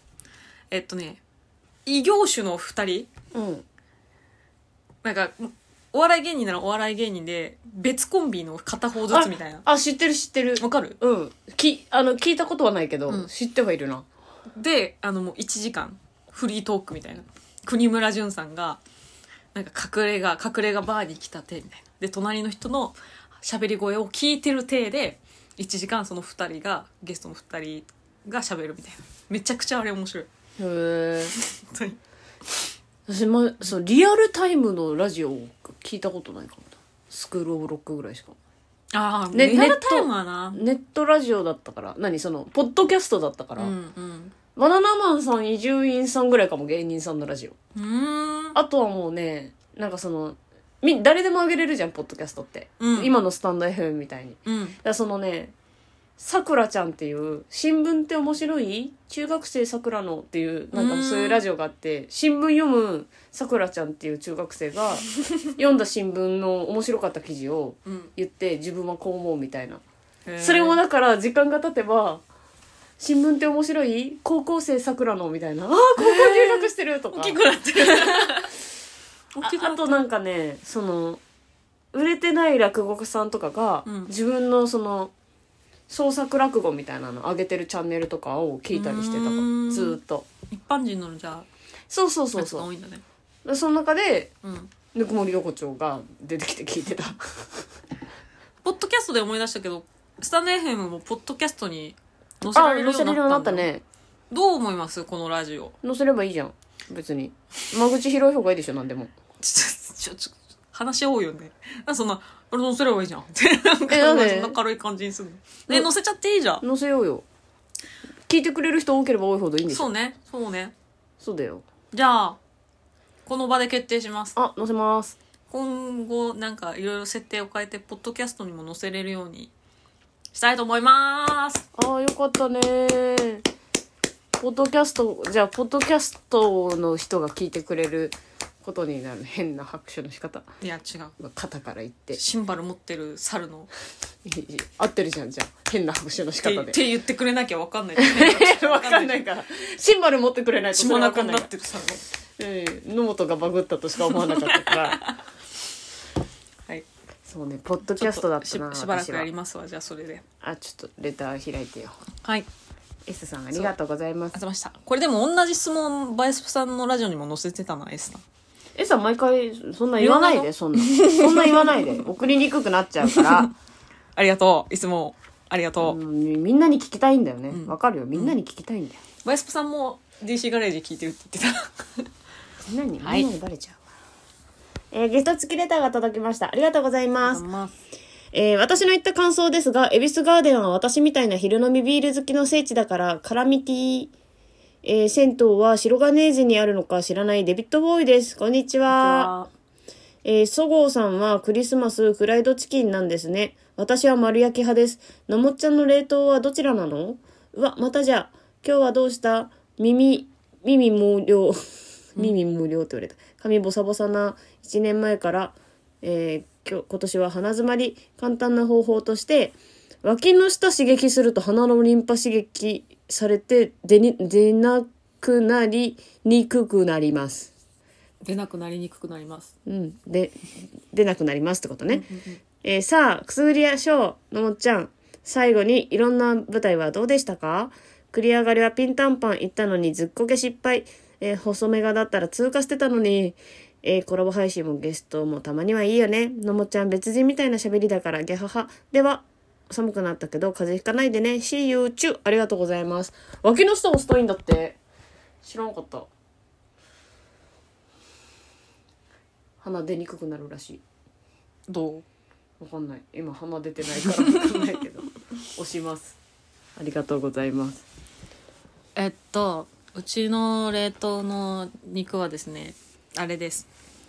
異業種の2人、なんかお笑い芸人ならお笑い芸人で別コンビの片方ずつみたいな。 知ってる。 わかる？ 聞いたことはないけど、知ってはいるな。 でもう1時間フリートークみたいな。国村淳さんがなんか隠れ家バーに来たてみたいな。で隣の人の喋り声を聞いてる体で1時間その2人がゲストの2人が喋るみたいな。めちゃくちゃあれ面白い。へえ。本当に。私リアルタイムのラジオを聞いたことないかも。スクールオブロックぐらいしか。 リアルタイムはな。 ネットラジオだったから。ポッドキャストだったから。バナナマンさん、伊集院さんぐらいかも、芸人さんのラジオ。あとはもうね、なんか誰でもあげれるじゃん、ポッドキャストって。今のスタンド FM みたいに。だからさくらちゃんっていう、新聞って面白い？中学生さくらのっていう、なんかそういうラジオがあって、新聞読むさくらちゃんっていう中学生が、読んだ新聞の面白かった記事を言って、自分はこう思うみたいな。それもだから、時間が経てば、新聞って面白い？高校生さくらのみたいな。高校入学してるとか。 大きくなってる。 あとなんかね、売れてない落語家さんとかが、自分の創作落語みたいなの上げてるチャンネルとかを聞いたりしてたから、ずーっと。 一般人のじゃあ、 そう。 多いんだね。 その中で、ぬくもり横丁が出てきて聞いてた。 ポッドキャストで思い出したけど、スタンド FM もポッドキャストに載せられるようになったね。どう思います？このラジオ。 載せればいいじゃん。別に。間口広い方がいいでしょ、なんでも。 話し合おうよね。そんな、載せればいいじゃん。なんかそんな軽い感じにするの。載せちゃっていいじゃん。 載せようよ。聞いてくれる人多ければ多いほどいいんでしょ。 そうね。 そうだよ。 じゃあこの場で決定します。 あ、載せます。 今後なんかいろいろ設定を変えてポッドキャストにも載せれるようにしたいと思います。 ああ、よかったね。ポッドキャスト、じゃあポッドキャストの人が聞いてくれることになる。変な拍手の仕方。 いや違う、 肩から言ってシンバル持ってる猿の合ってるじゃん。じゃあ変な拍手の仕方でって言ってくれなきゃ分かんないわかんないから。シンバル持ってくれないとそ血もなくれわかんないから。 なってる猿の。 野本がバグったとしか思わなかったからはい、 そうね、ポッドキャストだったな。 しばらくやり私はますわ。じゃあそれで。 ちょっとレター開いてよ。 はい、 S さんありがとうございます。 ありがとうございました。これでも同じ質問バイスプさんのラジオにも載せてたな S さん。 S さん毎回そんな言わないで。そんな言わないで。送りにくくなっちゃうからありがとう、いつもありがとう。 みんなに聞きたいんだよね。わかるよ、みんなに聞きたいんだよ。 バイスプさんも DC ガレージ聞いてるって言ってた。 みんなにはいバレちゃう。ゲスト付きレターが届きました。ありがとうございます。私の言った感想ですが、恵比寿ガーデンは私みたいな昼飲みビール好きの聖地だから、カラミティ、銭湯は白金ーゼにあるのか知らないデビッドボーイです。こんにちは。そごうさんはクリスマスフライドチキンなんですね。私は丸焼き派です。のもっちゃんの冷凍はどちらなの？うわ、またじゃ。今日はどうした？耳無料。耳無料って言われた。髪ボサボサな1年前から、今年は鼻詰まり。簡単な方法として、脇の下刺激すると鼻のリンパ刺激されて出なくなりにくくなります。 出なくなりにくくなります。 出なくなりますってことね。さあ、くすぐりやしょう。のもっちゃん。最後にいろんな舞台はどうでしたか？繰り上がりはピンタンパン行ったのにずっこけ失敗。細めがだったら通過してたのに。コラボ配信もゲストもたまにはいいよね。のもちゃん別人みたいな喋りだからギャハハ。では、寒くなったけど風邪ひかないでね。See you too。ありがとうございます。脇の下押すといいんだって。知らんかった。鼻出にくくなるらしい。 どう？わかんない。今鼻出てないからわかんないけど。押します。ありがとうございます。 うちの冷凍の肉はですね、あれです。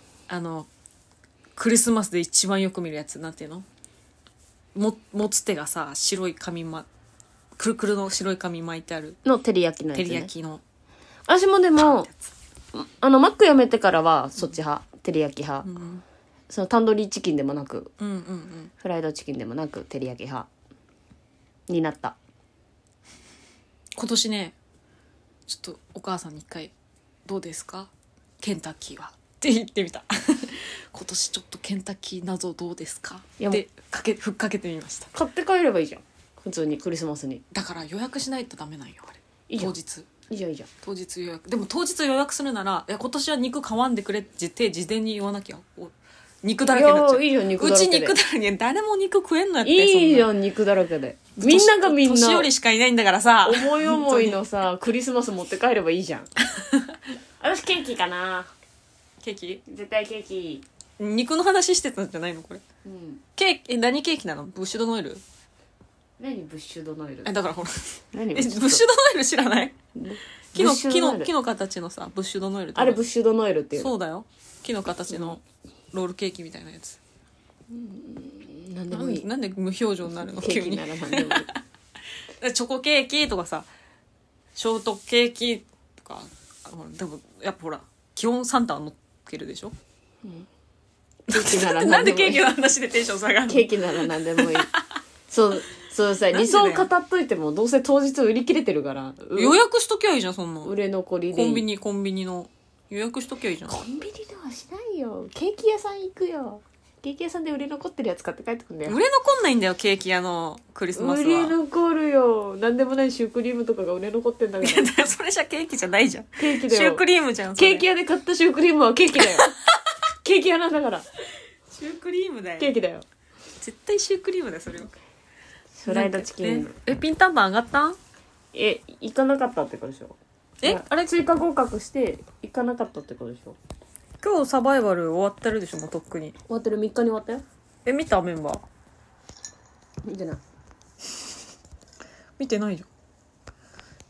クリスマスで一番よく見るやつ、なんていうの？持つ手がさ、白い紙くるくるの白い紙巻いてあるの照り焼きのやつ、ね、 照り焼きの。 私もでもマックやめてからはそっち派、照り焼き派、そのタンドリーチキンでもなく、フライドチキンでもなく照り焼き派になった。 今年ね、ちょっとお母さんに一回どうですかケンタッキーはって言ってみた。今年ちょっとケンタッキー謎どうですかってふっかけてみました。 買って帰ればいいじゃん、普通にクリスマスに。だから予約しないとダメなんよあれ。 いいじゃん、 当日いいじゃんいいじゃん。 当日予約。でも当日予約するなら、いや今年は肉買わんでくれって事前に言わなきゃ肉だらけになっちゃう。 いいじゃん、肉だらけで。 うち肉だらけ、誰も肉食えんのやって。 いいじゃん、肉だらけで。みんながみんな年寄りしかいないんだからさ、 思い思いのさクリスマス持って帰ればいいじゃん。私ケーキかな。 ケーキ？ 絶対ケーキ。 肉の話してたんじゃないのこれ。何ケーキなの？ブッシュドノエル？ 何ブッシュドノエル？ だからほら、 何ブッシュドノエル知らない？木の形のさ、ブッシュドノエル。 あれブッシュドノエルっていうの？ そうだよ、木の形のロールケーキみたいなやつ。 なんでもいい。 なんで無表情になるの急に。 ケーキなら何でもいい。 チョコケーキとかさ、ショートケーキとか、でもやっぱほら基本サンタは乗っけるでしょ。 ケーキならなんでケーキの話でテンション下がるの？ ケーキなら何でもいい。そうさ、理想語っといてもどうせ当日売り切れてるから。 予約しときゃいいじゃん、そんな。 売れ残りでいい。 コンビニの予約しときゃいいじゃん。 コンビニではしないよ。ケーキ屋さん行くよ。ケーキ屋さんで売れ残ってるやつ買って帰ってくんだよ。 売れ残んないんだよ、ケーキ屋のクリスマスは。 売れ残るよ。なんでもないシュークリームとかが売れ残ってんだから。 それじゃケーキじゃないじゃん。 ケーキだよ。 シュークリームじゃん。 ケーキ屋で買ったシュークリームはケーキだよ。ケーキ屋なんだから。 シュークリームだよ。 ケーキだよ。 絶対シュークリームだよ、それは。 フライドチキン。 ピンタンパン上がった？ 行かなかったってことでしょ。あれ追加合格して行かなかったってことでしょ。 今日サバイバル終わってるでしょ、もうとっくに。 終わってる、3日に終わったよ。 見たメンバー？ 見てない。 見てないじゃん。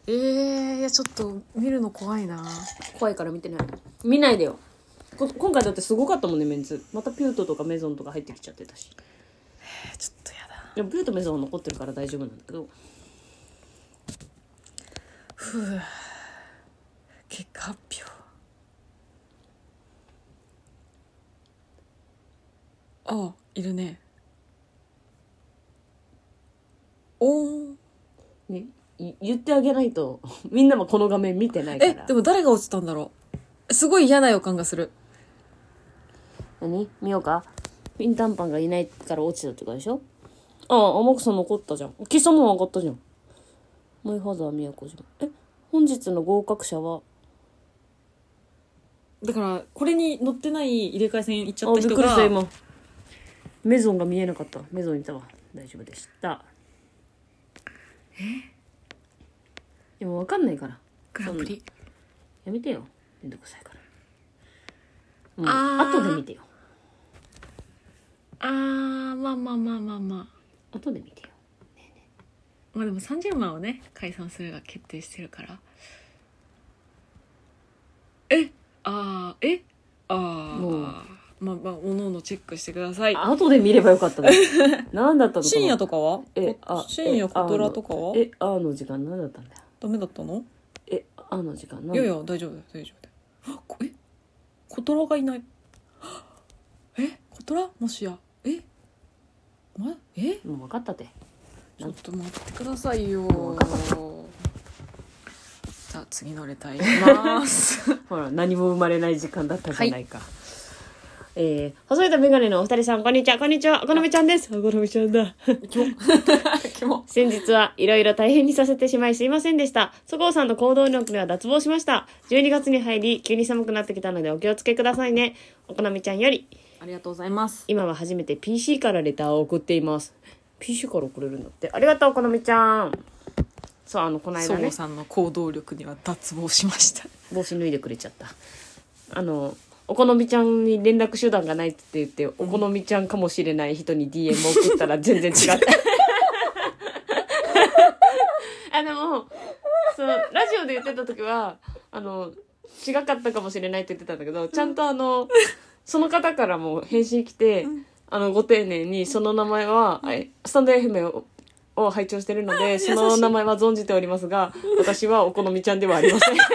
いやちょっと見るの怖いな。 怖いから見てない。見ないでよ。今回だってすごかったもんね、メンツ。またピュートとかメゾンとか入ってきちゃってたし。 ちょっとやだ。 でもピュートメゾンは残ってるから大丈夫なんだけど。 ふう。結果発表。あ、いるね。おーん。 ね、言ってあげないとみんなもこの画面見てないから。 でも誰が落ちたんだろう。すごい嫌な予感がする。 何見ようか。ピンタンパンがいないから落ちたってことでしょ。ああ、天草残ったじゃん。キサも上がったじゃん。マイファザー宮古島。本日の合格者は。 だからこれに乗ってない入れ替え戦行っちゃった人が。 びっくりした今。メゾンが見えなかった。メゾンいたわ。大丈夫でした。でも分かんないから。 グランプリ。 やめてよ。めんどくさいから。後で見てよ。 まあ後で見てよ。 まあでもサンジェルマンはね解散するが決定してるから。 もうまあおのおのチェックしてください。 後で見ればよかったの。何だったのかな。 深夜とかは？深夜コトラとかは？ の時間何だったんだよ。 ダメだったの？ の時間何？ いやいや大丈夫大丈夫だ。コトラがいない。コトラもしやもう分かったて。 ちょっと待ってくださいよ。さあ次のレターいきますほら何も生まれない時間だったじゃないか。細いとメガネのお二人さん、こんにちは。こんにちは。お好みちゃんです。お好みちゃんだ。先日はいろいろ大変にさせてしまいすいませんでした。そごうさんの行動力には脱帽しました。12月に入り、急に寒くなってきたのでお気をつけくださいね。お好みちゃんより。 ありがとうございます。 今は初めて PC からレターを送っています。PC から送れるんだって。ありがとう、お好みちゃん。そう、この間ね。 そごうさんの行動力には脱帽しました。 帽子脱いでくれちゃった。お好みちゃんに連絡手段がないって言って、お好みちゃんかもしれない人に DM 送ったら全然違った。でも、そう、ラジオで言ってた時は、違かったかもしれないって言ってたんだけど、ちゃんとその方からも返信来て、ご丁寧にその名前は、スタンド FM を拝聴してるので、その名前は存じておりますが、私はお好みちゃんではありません。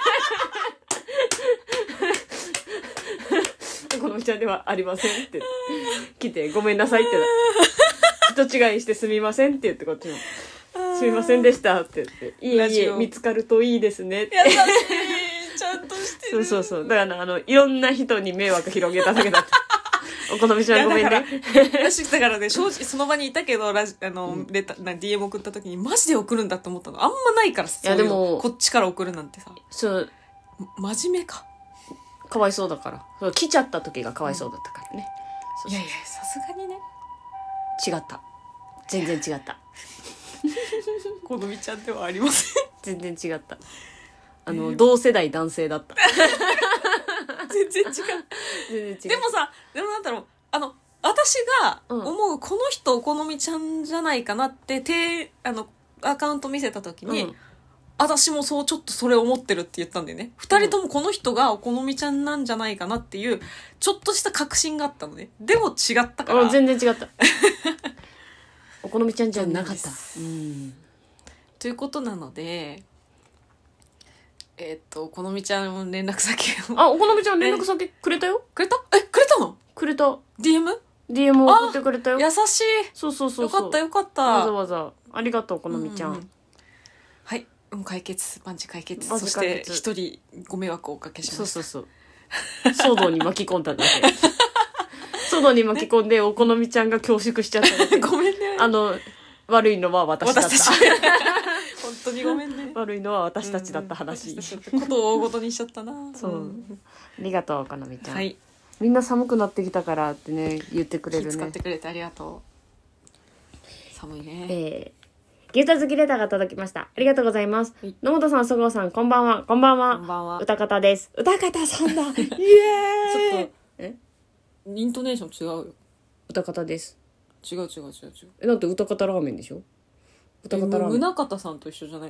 お好みちゃんではありませんって来て、ごめんなさいって人違いしてすみませんって言って、こっちもすみませんでしたって言って、いい見つかるといいですねって。優しい、ちゃんとしてる。そうだからいろんな人に迷惑広げただけだった。お好みちゃんごめんね。 私だからね、正直その場にいたけどDM 送った時にマジで送るんだって思ったのあんまないからさ。いやでもこっちから送るなんてさ。そう真面目か。 かわいそうだから。来ちゃった時がかわいそうだったからね。 いやいやさすがにね。 違った。全然違った。 好みちゃんではありません。全然違った。同世代男性だった。 全然違う。でもさ、なんだろう、私が思うこの人お好みちゃんじゃないかなってアカウント見せた時に、私もちょっとそれ思ってるって言ったんだよね。二人ともこの人がお好みちゃんなんじゃないかなっていうちょっとした確信があったのね。でも違ったから。 全然違った。お好みちゃんじゃなかった。 ということなので、お好みちゃんの連絡先を。 お好みちゃん連絡先くれたよ。 くれた？くれたの？ くれた。 DM 送ってくれたよ。 優しい。 そう。 よかった。 わざわざ。ありがとう、お好みちゃん。 はい。万事解決。そして一人ご迷惑をおかけしました。 そう。騒動に巻き込んだんだけ。騒動に巻き込んで、お好みちゃんが恐縮しちゃっただけ。 ごめんね。 悪いのは私だった。 本当にごめんね。 悪いのは私たちだった話。 ことを大ごとにしちゃったな。 そう。ありがとう、お好みちゃん。 はい。 みんな寒くなってきたからってね、言ってくれるね。 気遣ってくれてありがとう。寒いね。 ギフト付きレターが届きました。ありがとうございます。野本さん、そごうさん、こんばんは。こんばんは。歌方です。歌方さんだ。イエーイ。 ちょっと、イントネーション違うよ。 歌方です。 違う。 だって歌方ラーメンでしょ。歌方ラーメン。 宗像さんと一緒じゃないの？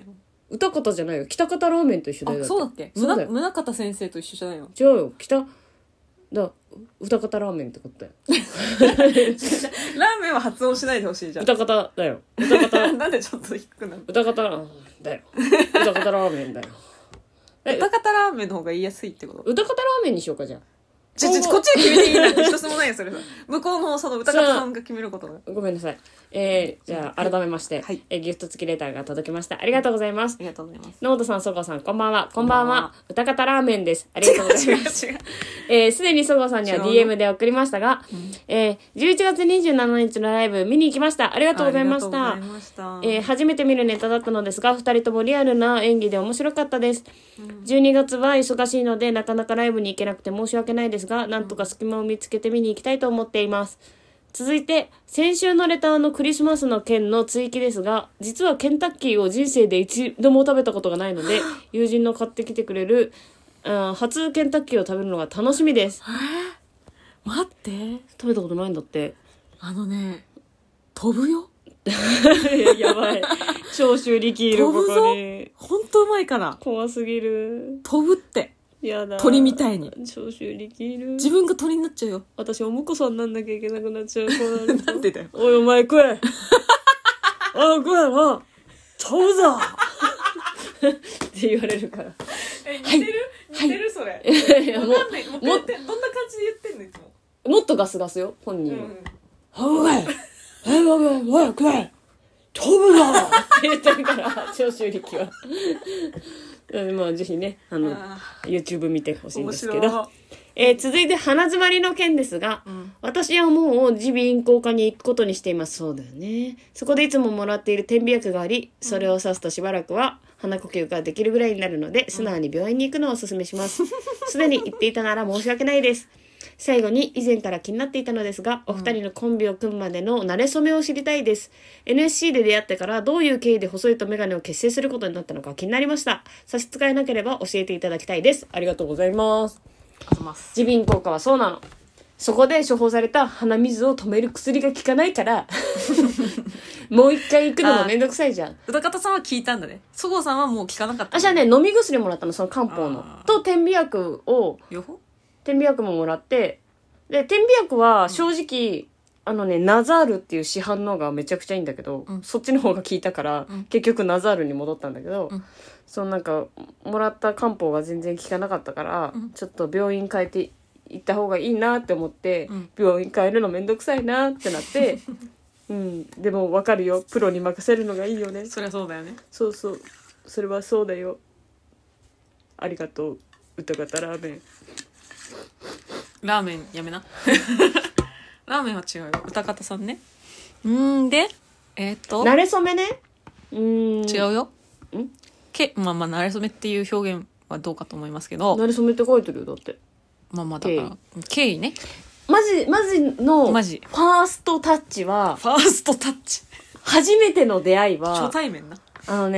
歌方じゃないよ、北方ラーメンと一緒だよ。 あ、そうだっけ。 そうだよ。 宗像先生と一緒じゃないの。 違うよ、歌方ラーメンってことだよ。 ラーメンは発音しないでほしいじゃん。 歌方だよ。歌方なんでちょっと低くなる。 歌方だよ。歌方ラーメンだよ。 歌方ラーメンの方が言いやすいってこと。 歌方ラーメンにしようか、じゃあ。 こっちで決めていいなんて一つもないよ、それ。向こうのその歌方さんが決めることだ。 ごめんなさい。じゃあ、改めまして、 はい、 ギフト付きレターが届きました。ありがとうございます。 ありがとうございます。 野本さん、そごうさん、こんばんは。こんばんは。歌方ラーメンです。ありがとうございます。 違う。 すでにそごうさんには DM で送りましたが、11月27日のライブ見に行きました。ありがとうございました。初めて見るネタだったのですが、二人ともリアルな演技で面白かったです。12月は忙しいので、なかなかライブに行けなくて申し訳ないですが、なんとか隙間を見つけて見に行きたいと思っています。続いて、先週のレターのクリスマスの件の追記ですが、実はケンタッキーを人生で一度も食べたことがないので、友人の買ってきてくれる、初ケンタッキーを食べるのが楽しみです。 待って。 食べたことないんだって。 飛ぶよ。 やばい。長州力いるここに。 ほんとうまいから。 怖すぎる。 飛ぶって。 やだ。 鳥みたいに。 長州力いる。 自分が鳥になっちゃうよ。 私お婿さんなんなきゃいけなくなっちゃう。 なんでだよ。 おいお前食え。おい食えな。飛ぶぞって言われるから。 似てるそれ。わかんない。どんな感じで言ってんのいつも。 もっとガスガスよ、本人は。おいおい食え飛ぶぞって言ってるから、長州力は。まあぜひね、YouTube 見てほしいんですけど。続いて鼻詰まりの件ですが、私はもう耳鼻咽喉科に行くことにしています。そうだよね。そこでいつももらっている点鼻薬があり、それを刺すとしばらくは鼻呼吸ができるぐらいになるので、素直に病院に行くのをお勧めします。すでに言っていたなら申し訳ないです。最後に以前から気になっていたのですが、お二人のコンビを組むまでの馴れ初めを知りたいです。NSC で出会ってからどういう経緯で細いとメガネを結成することになったのか気になりました。差し支えなければ教えていただきたいです。ありがとうございます。耳鼻咽喉科はそうなの。そこで処方された鼻水を止める薬が効かないからもう一回行くのもめんどくさいじゃん。 歌方さんは聞いたんだね。そごうさんはもう聞かなかった。 私はね、飲み薬もらったの、その漢方のと点鼻薬を、点鼻薬ももらって、で点鼻薬は正直、ナザールっていう市販のがめちゃくちゃいいんだけど、そっちの方が効いたから、結局ナザールに戻ったんだけど、そのなんかもらった漢方が全然効かなかったから、ちょっと病院変えて行った方がいいなって思って、病院変えるのめんどくさいなってなってでも分かるよ、プロに任せるのがいいよね。 そりゃそうだよね。 そうそれはそうだよ。ありがとう歌方ラーメン。 ラーメンやめなラーメンは違うよ、歌方さんね。で慣れ初めね。 違うよ。まあ慣れ初めっていう表現はどうかと思いますけど、 慣れ初めって書いてるよ。だってまあだから経緯ね。 マジのファーストタッチは、 ファーストタッチ初めての出会いは初対面な。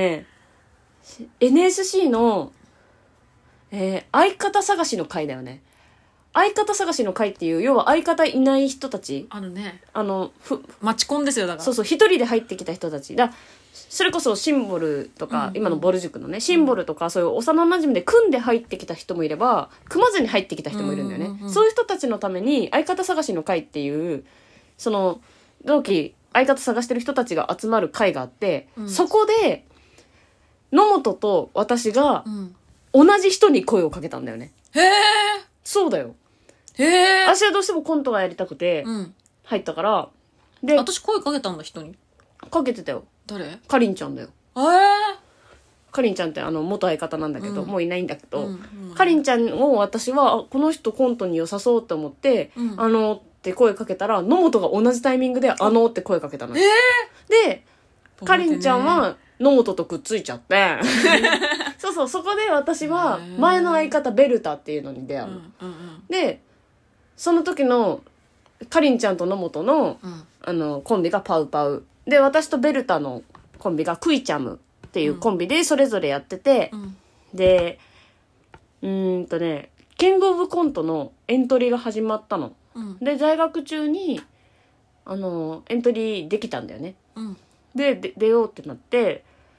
NSC の、相方探しの会だよね。相方探しの会っていう、要は相方いない人たち。 マチコンですよ、だから。 そう、一人で入ってきた人たち。それこそシンボルとか、今のボル塾のね、シンボルとか、そういう幼馴染で組んで入ってきた人もいれば、組まずに入ってきた人もいるんだよね。そういう人たちのために、相方探しの会っていう、その、同期、相方探してる人たちが集まる会があって、そこで、野本と私が、同じ人に声をかけたんだよね。 へー。 そうだよ。 へー。 私はどうしてもコントがやりたくて、入ったから、 で、私声かけたんだ、人に。 かけてたよ。 誰？ かりんちゃんだよ。かりんちゃんって元相方なんだけど、もういないんだけど、かりんちゃんを私は、この人コントに良さそうって思って、って声かけたら、野本が同じタイミングでって声かけたの。で、かりんちゃんは野本とくっついちゃって、そこで私は前の相方ベルタっていうのに出会うの。で、その時のかりんちゃんと野本の、コンビがパウパウ。で、私とベルタのコンビがクイチャムっていうコンビでそれぞれやってて、で、キングオブコントのエントリーが始まったの。で、在学中に、エントリーできたんだよね。で、出ようってなって、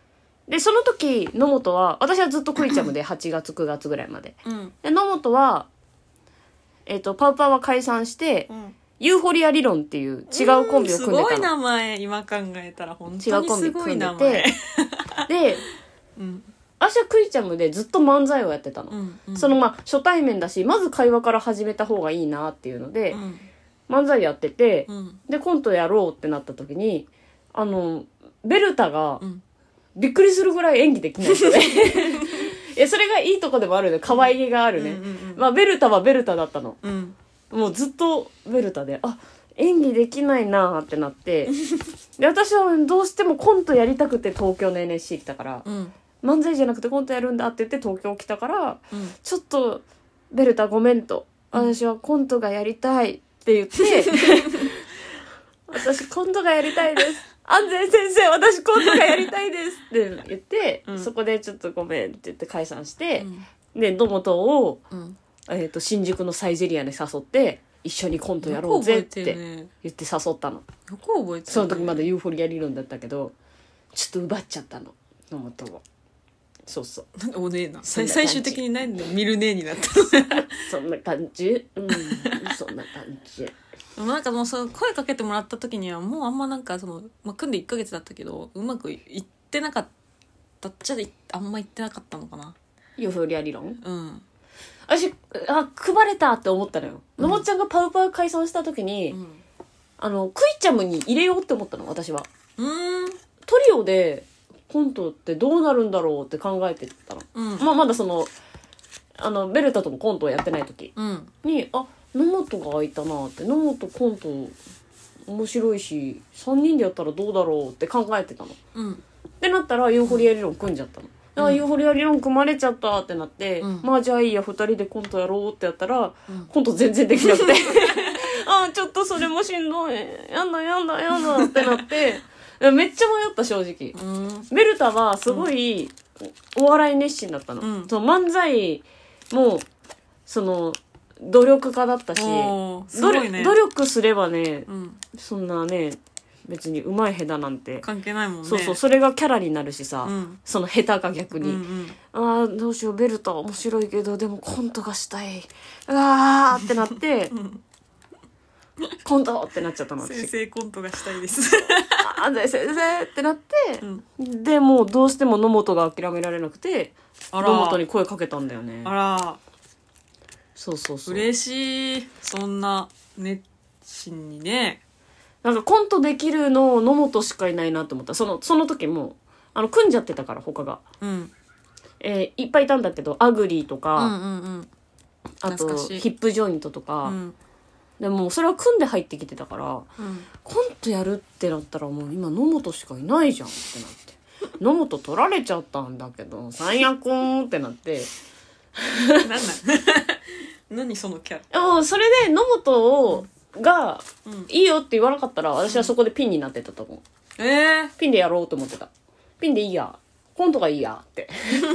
でその時野本は、私はずっとクイチャムで8月9月ぐらいまで、で野本はパウパウは解散して、ユーフォリア理論っていう違うコンビを組んでたの。すごい名前、今考えたら本当にすごい名前。 違うコンビ組んでてで、私はクイチャムでずっと漫才をやってたの、その初対面だし、まず会話から始めた方がいいなっていうので、漫才やってて、でコントやろうってなった時にベルタがびっくりするぐらい演技できない人でいやそれがいいとこでもあるね、可愛げがあるね、ベルタはベルタだったの、もうずっとベルタで、演技できないなーってなってで私はどうしてもコントやりたくて東京の NSC 来たから、漫才じゃなくてコントやるんだって言って東京来たから、ちょっとベルタごめんと、私はコントがやりたいって言って私コントがやりたいです、安全先生私コントがやりたいですって言って、そこでちょっとごめんって言って解散して、で野本を、新宿のサイゼリアに誘って一緒にコントやろうぜって言って誘ったの。 よく覚えてるね。 その時まだユーフォリア理論だったけど、ちょっと奪っちゃったの野本を。そうそう。 なんでおねえな。最終的に何で見るねえになったそんな感じ。そんな感じ。 でもなんかもう声かけてもらった時にはもうあんまなんか組んで1ヶ月だったけどうまくいってなかったっちゃあんまいってなかったのかな。 ユーフォリア理論？私組まれたって思ったのよ。のもちゃんがパウパウ解散した時に、クイチャムに入れようって思ったの私は。トリオでコントってどうなるんだろうって考えてたの、まだベルタともコントをやってない時に、野本がいたなって、野本コント面白いし3人でやったらどうだろうって考えてたの、ってなったらユーフォリア理論組んじゃったの。ユーフォリア理論組まれちゃったってなって、じゃあいいや2人でコントやろうってやったら、コント全然できなくてちょっとそれもしんどい、やだってなってめっちゃ迷った正直、ベルタはすごいお笑い熱心だったの、その漫才も努力家だったし、 すごいね、 努力すればね、そんなね別に上手い下手なんて関係ないもんね。 そうそれがキャラになるしさ、その下手が逆に、どうしようベルタ面白いけどでもコントがしたい、ってなってコントってなっちゃったの私。 先生コントがしたいです先生ってなって、でもうどうしても野本が諦められなくて野本に声かけたんだよね。そう嬉しい、そんな熱心にね。 なんかコントできるの野本しかいないなと思った。その時も組んじゃってたから他が、いっぱいいたんだけど、アグリーとか、あとヒップジョイントとか、でもそれは組んで入ってきてたから、コントやるってなったらもう今野本しかいないじゃんってなって野本取られちゃったんだけど最悪ってなって何そのキャラ。 それで野本がいいよって言わなかったら私はそこでピンになってたと思う。ピンでやろうと思ってた。ピンでいいや、コントがいいやって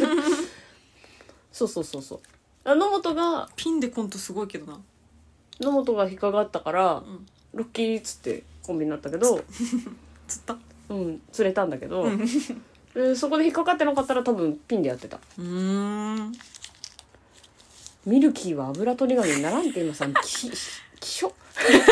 そう野本がピンでコントすごいけどな。 野本が引っかかったから、ロッキーっつってコンビになったけど釣った釣れたんだけどそこで引っかかってなかったら多分ピンでやってた。ミルキーは油取り紙にならんって今さきしょ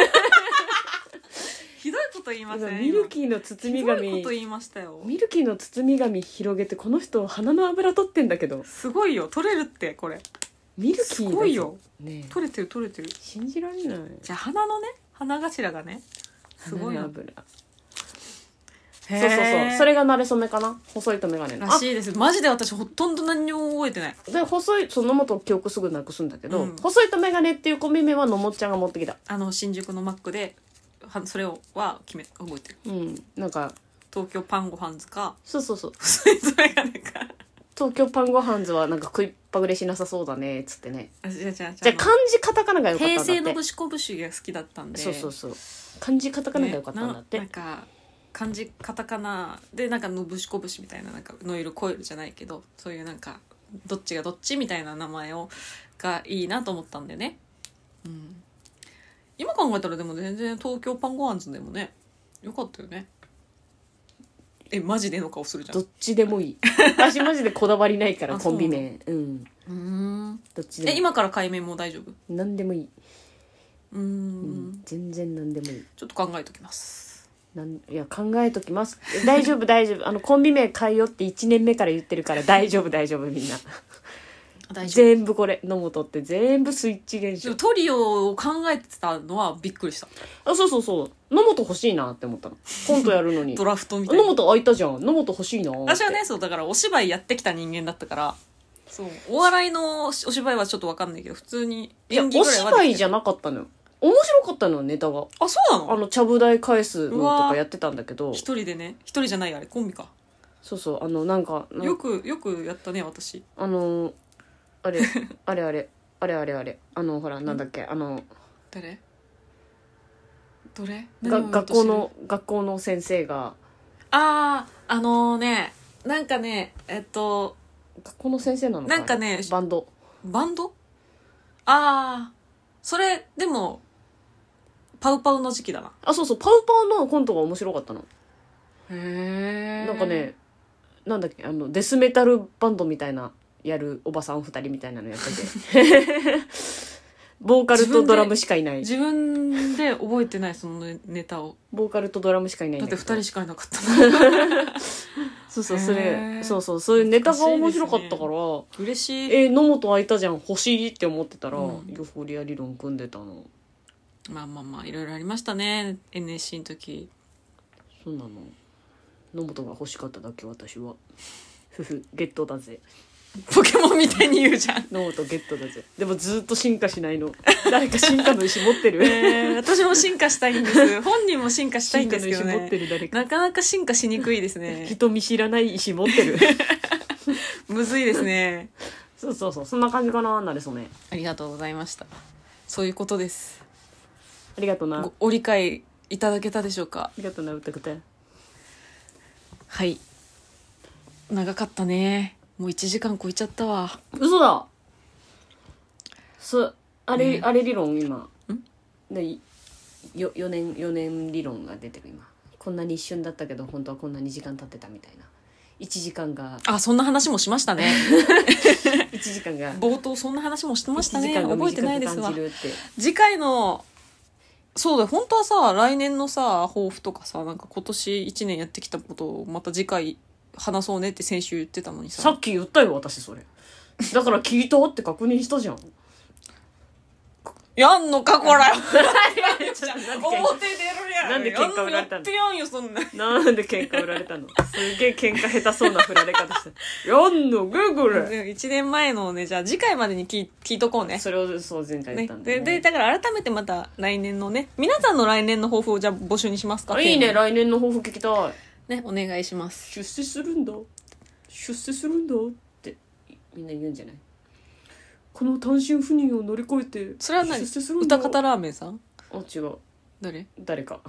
ひどいこと言いません？ ミルキーの包み紙、 ひどいこと言いましたよ。 ミルキーの包み紙広げてこの人鼻の油取ってんだけど。 すごいよ、取れるってこれ。 ミルキーすごいよ、 ね、 取れてる信じられない。 じゃあ鼻のね、鼻頭がねすごいの。 油そうそれが慣れ初めかな、細いとメガネのらしいです。マジで私ほとんど何にも覚えてないで、細い野本記憶すぐなくすんだけど、細いとメガネっていうコンビ名はのもっちゃんが持ってきた。 新宿のマックでそれは覚えてる。 なんか東京パンごはんズか、 そう細いとメガネか。 東京パンごはんズはなんか食いっぱぐれしなさそうだねっつってね。 じゃあ漢字カタカナが良かったんだって。 平成のぶしこぶしが好きだったんで。 そう漢字カタカナが良かったんだって、 なんか漢字カタカナでなんかのぶしこぶしみたいな、なんかノイルコイルじゃないけど、そういうなんかどっちがどっちみたいな名前がいいなと思ったんだよね。今考えたらでも全然東京パンごはんズでもねよかったよね。 マジでの顔するじゃん。 どっちでもいい。私マジでこだわりないから、 あコンビ名。うん。どっちでもいい。 今から改名も大丈夫？ 何でもいい。全然何でもいい。 ちょっと考えときます。 いや、考えときます。大丈夫、大丈夫。コンビ名変えようって1年目から言ってるから、大丈夫、大丈夫、みんな。全部これ、野本って全部スイッチ現象。 トリオを考えてたのはびっくりした。 そうそうそう。野本欲しいなって思ったの。コントやるのに。 ドラフトみたいな。 野本空いたじゃん。野本欲しいなって。 私はね、そう、だからお芝居やってきた人間だったから、そう、お笑いのお芝居はちょっとわかんないけど、普通に演技ぐらいは。お芝居じゃなかったのよ。面白かったのよ、ネタが。 あ、そうなの？ ちゃぶ台返すのとかやってたんだけど。 一人でね。一人じゃない、あれ、コンビか。 そうそう、なんか。 よくやったね、私。 あれ、ほら、なんだっけ、 誰？どれ？ 学校の先生が。 なんかね、 学校の先生なのかなんかね、 バンドそれ、でも、パウパウの時期だな。 そうそう、パウパウのコントが面白かったの。 へー。 なんかね、なんだっけ、デスメタルバンドみたいな、やるおばさん2人みたいなのやってて。ボーカルとドラムしかいない。 自分で覚えてない、そのネタを。 ボーカルとドラムしかいないんだって2人しかいなかったの。そうそう、そういうネタが面白かったから、 嬉しい。 野本空いたじゃん、欲しいって思ってたら、ヨフォリア理論組んでたの。 まあ、いろいろありましたね、NSC の時。 そうなの。野本が欲しかっただけ、私は。ゲットだぜ。 ポケモンみたいに言うじゃん。 野本ゲットだぜ。でもずっと進化しないの。誰か進化の石持ってる？ 私も進化したいんです。本人も進化したいんですけどね。 進化の石持ってる誰か。 なかなか進化しにくいですね。 人見知らない石持ってる。 むずいですね。 そう、そんな感じかな、なれそめ。 ありがとうございました。そういうことです。 ありがとうな。 ご理解いただけたでしょうか？ ありがとうな、歌くて。 はい。長かったね。もう1時間超えちゃったわ。 嘘だ。あれ理論今。で、4年理論が出てる今。こんなに一瞬だったけど本当はこんなに時間経ってたみたいな。1時間が。 そんな話もしましたね。 1時間が。 冒頭そんな話もしてましたね。 覚えてないですわ。次回の、そうだ、本当はさ、来年のさ、抱負とかさ、なんか今年1年やってきたことをまた次回話そうねって先週言ってたのにさ。 さっき言ったよ、私それ。だから聞いたって確認したじゃん。 やんのか、これ。表出るやん。 なんで喧嘩売られたの？ やってやんよ、そんな。 なんで喧嘩売られたの？すげえ喧嘩下手そうな振られ方して。やんのか、これ。 1年前のね、じゃあ次回までに聞いとこうね。 それをそう前回言ったんだよね。 で、だから改めてまた来年のね、皆さんの来年の抱負をじゃあ募集にしますか？ いいね、来年の抱負聞きたい。 ね、お願いします。 出世するんだってみんな言うんじゃない？この単身赴任を乗り越えてそれは何？歌方ラーメンさん？ 違う。誰か。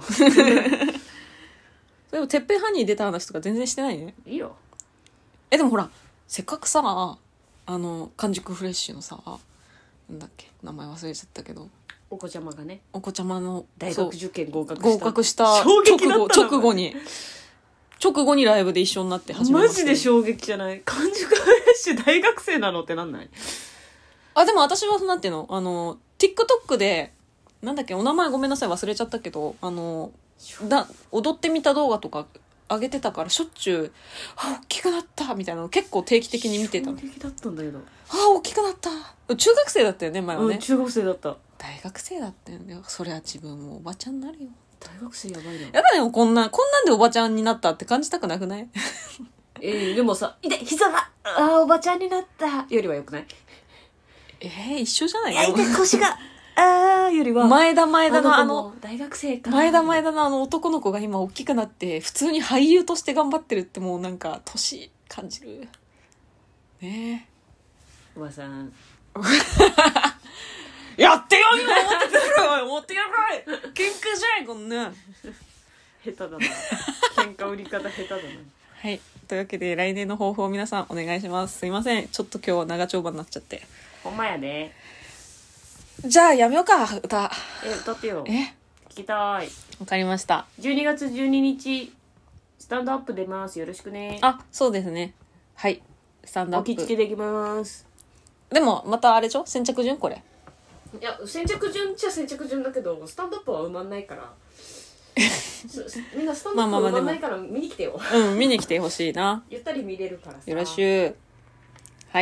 でもてっぺんハニー出た話とか全然してないね。 いいよ。 でもほら、せっかくさ、完熟フレッシュのさ、なんだっけ、名前忘れちゃったけど、 お子ちゃまがね、 お子ちゃまの大学受験合格した直後にライブで一緒になって始めました。 マジで衝撃じゃない？完熟フレッシュ大学生なのってなんない？ でも私はなんていうの、TikTok で、なんだっけ、お名前ごめんなさい忘れちゃったけど、踊ってみた動画とか上げてたからしょっちゅう、大きくなったみたいなの結構定期的に見てたの。 衝撃だったんだけど。 大きくなった。中学生だったよね、前はね。 中学生だった。 大学生だったよね。そりゃ自分もおばちゃんになるよ。 大学生やばいな。 やだよ、こんなんでおばちゃんになったって感じたくなくない？ でもさ、膝が、おばちゃんになったよりはよくない？ 一緒じゃないよ。 腰が、よりは。 前田の大学生か。 前田の男の子が今大きくなって、普通に俳優として頑張ってるってもうなんか、年感じる。ねえ。おばさん。 やってよ今持ってやばい喧嘩じゃんこんな。 下手だな。喧嘩売り方下手だな。 はい。というわけで来年の抱負を皆さんお願いします。すいません。ちょっと今日は長丁場になっちゃって。 ほんまやね。 じゃあやめようか、歌。 歌ってよ。聞きたい。 わかりました。 12月12日スタンドアップ出ます。よろしくね。 あ、そうですね。はい。スタンドアップ。 お気付きできます。 でも、またあれでしょ、先着順これ。 いや、先着順っちゃ先着順だけど、スタンドアップは埋まんないから。みんなスタンドアップは埋まんないから見に来てよ。 うん、見に来てほしいな。 ゆったり見れるからさ。 よろしゅう。はい。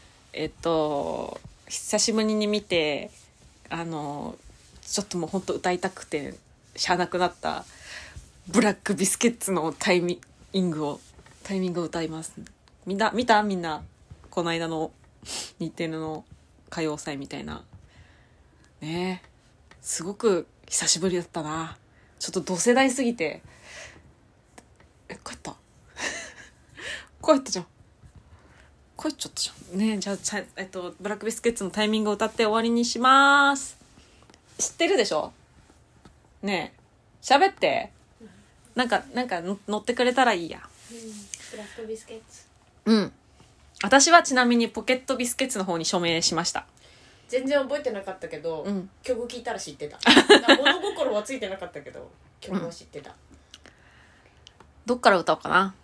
久しぶりに見て、ちょっともうほんと歌いたくて、しゃあなくなった、ブラックビスケッツのタイミングを歌います。見たみんな。この間の日テレの歌謡祭みたいな。ねえ。すごく久しぶりだったな。ちょっと同世代すぎて。帰った帰ったじゃん。帰っちゃったじゃん。ねえ、じゃあ、ブラックビスケッツのタイミングを歌って終わりにします。知ってるでしょねえ。喋って。なんか乗ってくれたらいいや。 ブラックビスケッツ。 うん。私はちなみにポケットビスケッツの方に署名しました。 全然覚えてなかったけど、 うん、 曲聴いたら知ってた。物心はついてなかったけど、曲は知ってた。 どっから歌おうかな。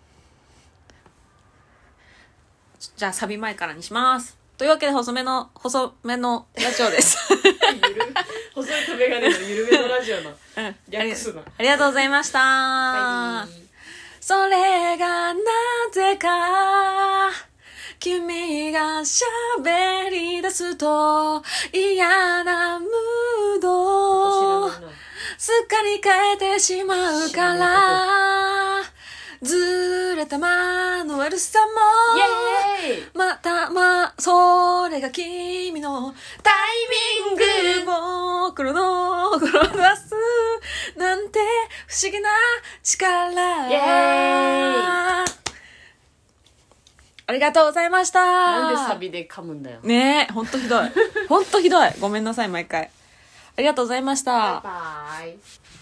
じゃあサビ前からにします。というわけで細めのラジオです。 細い壁がねの緩めのラジオの略すな。 ありがとうございました。はい、それがなぜか君が喋り出すと嫌なムードをすっかり変えてしまうから、ずれたマヌエルさもまたそれが君のタイミングをクロノ出すなんて不思議な力。イエーイ。ありがとうございました。 なんでサビで噛むんだよ。 ねえ、ほんとひどい。ほんとひどい。ごめんなさい、毎回。ありがとうございました。 バイバイ。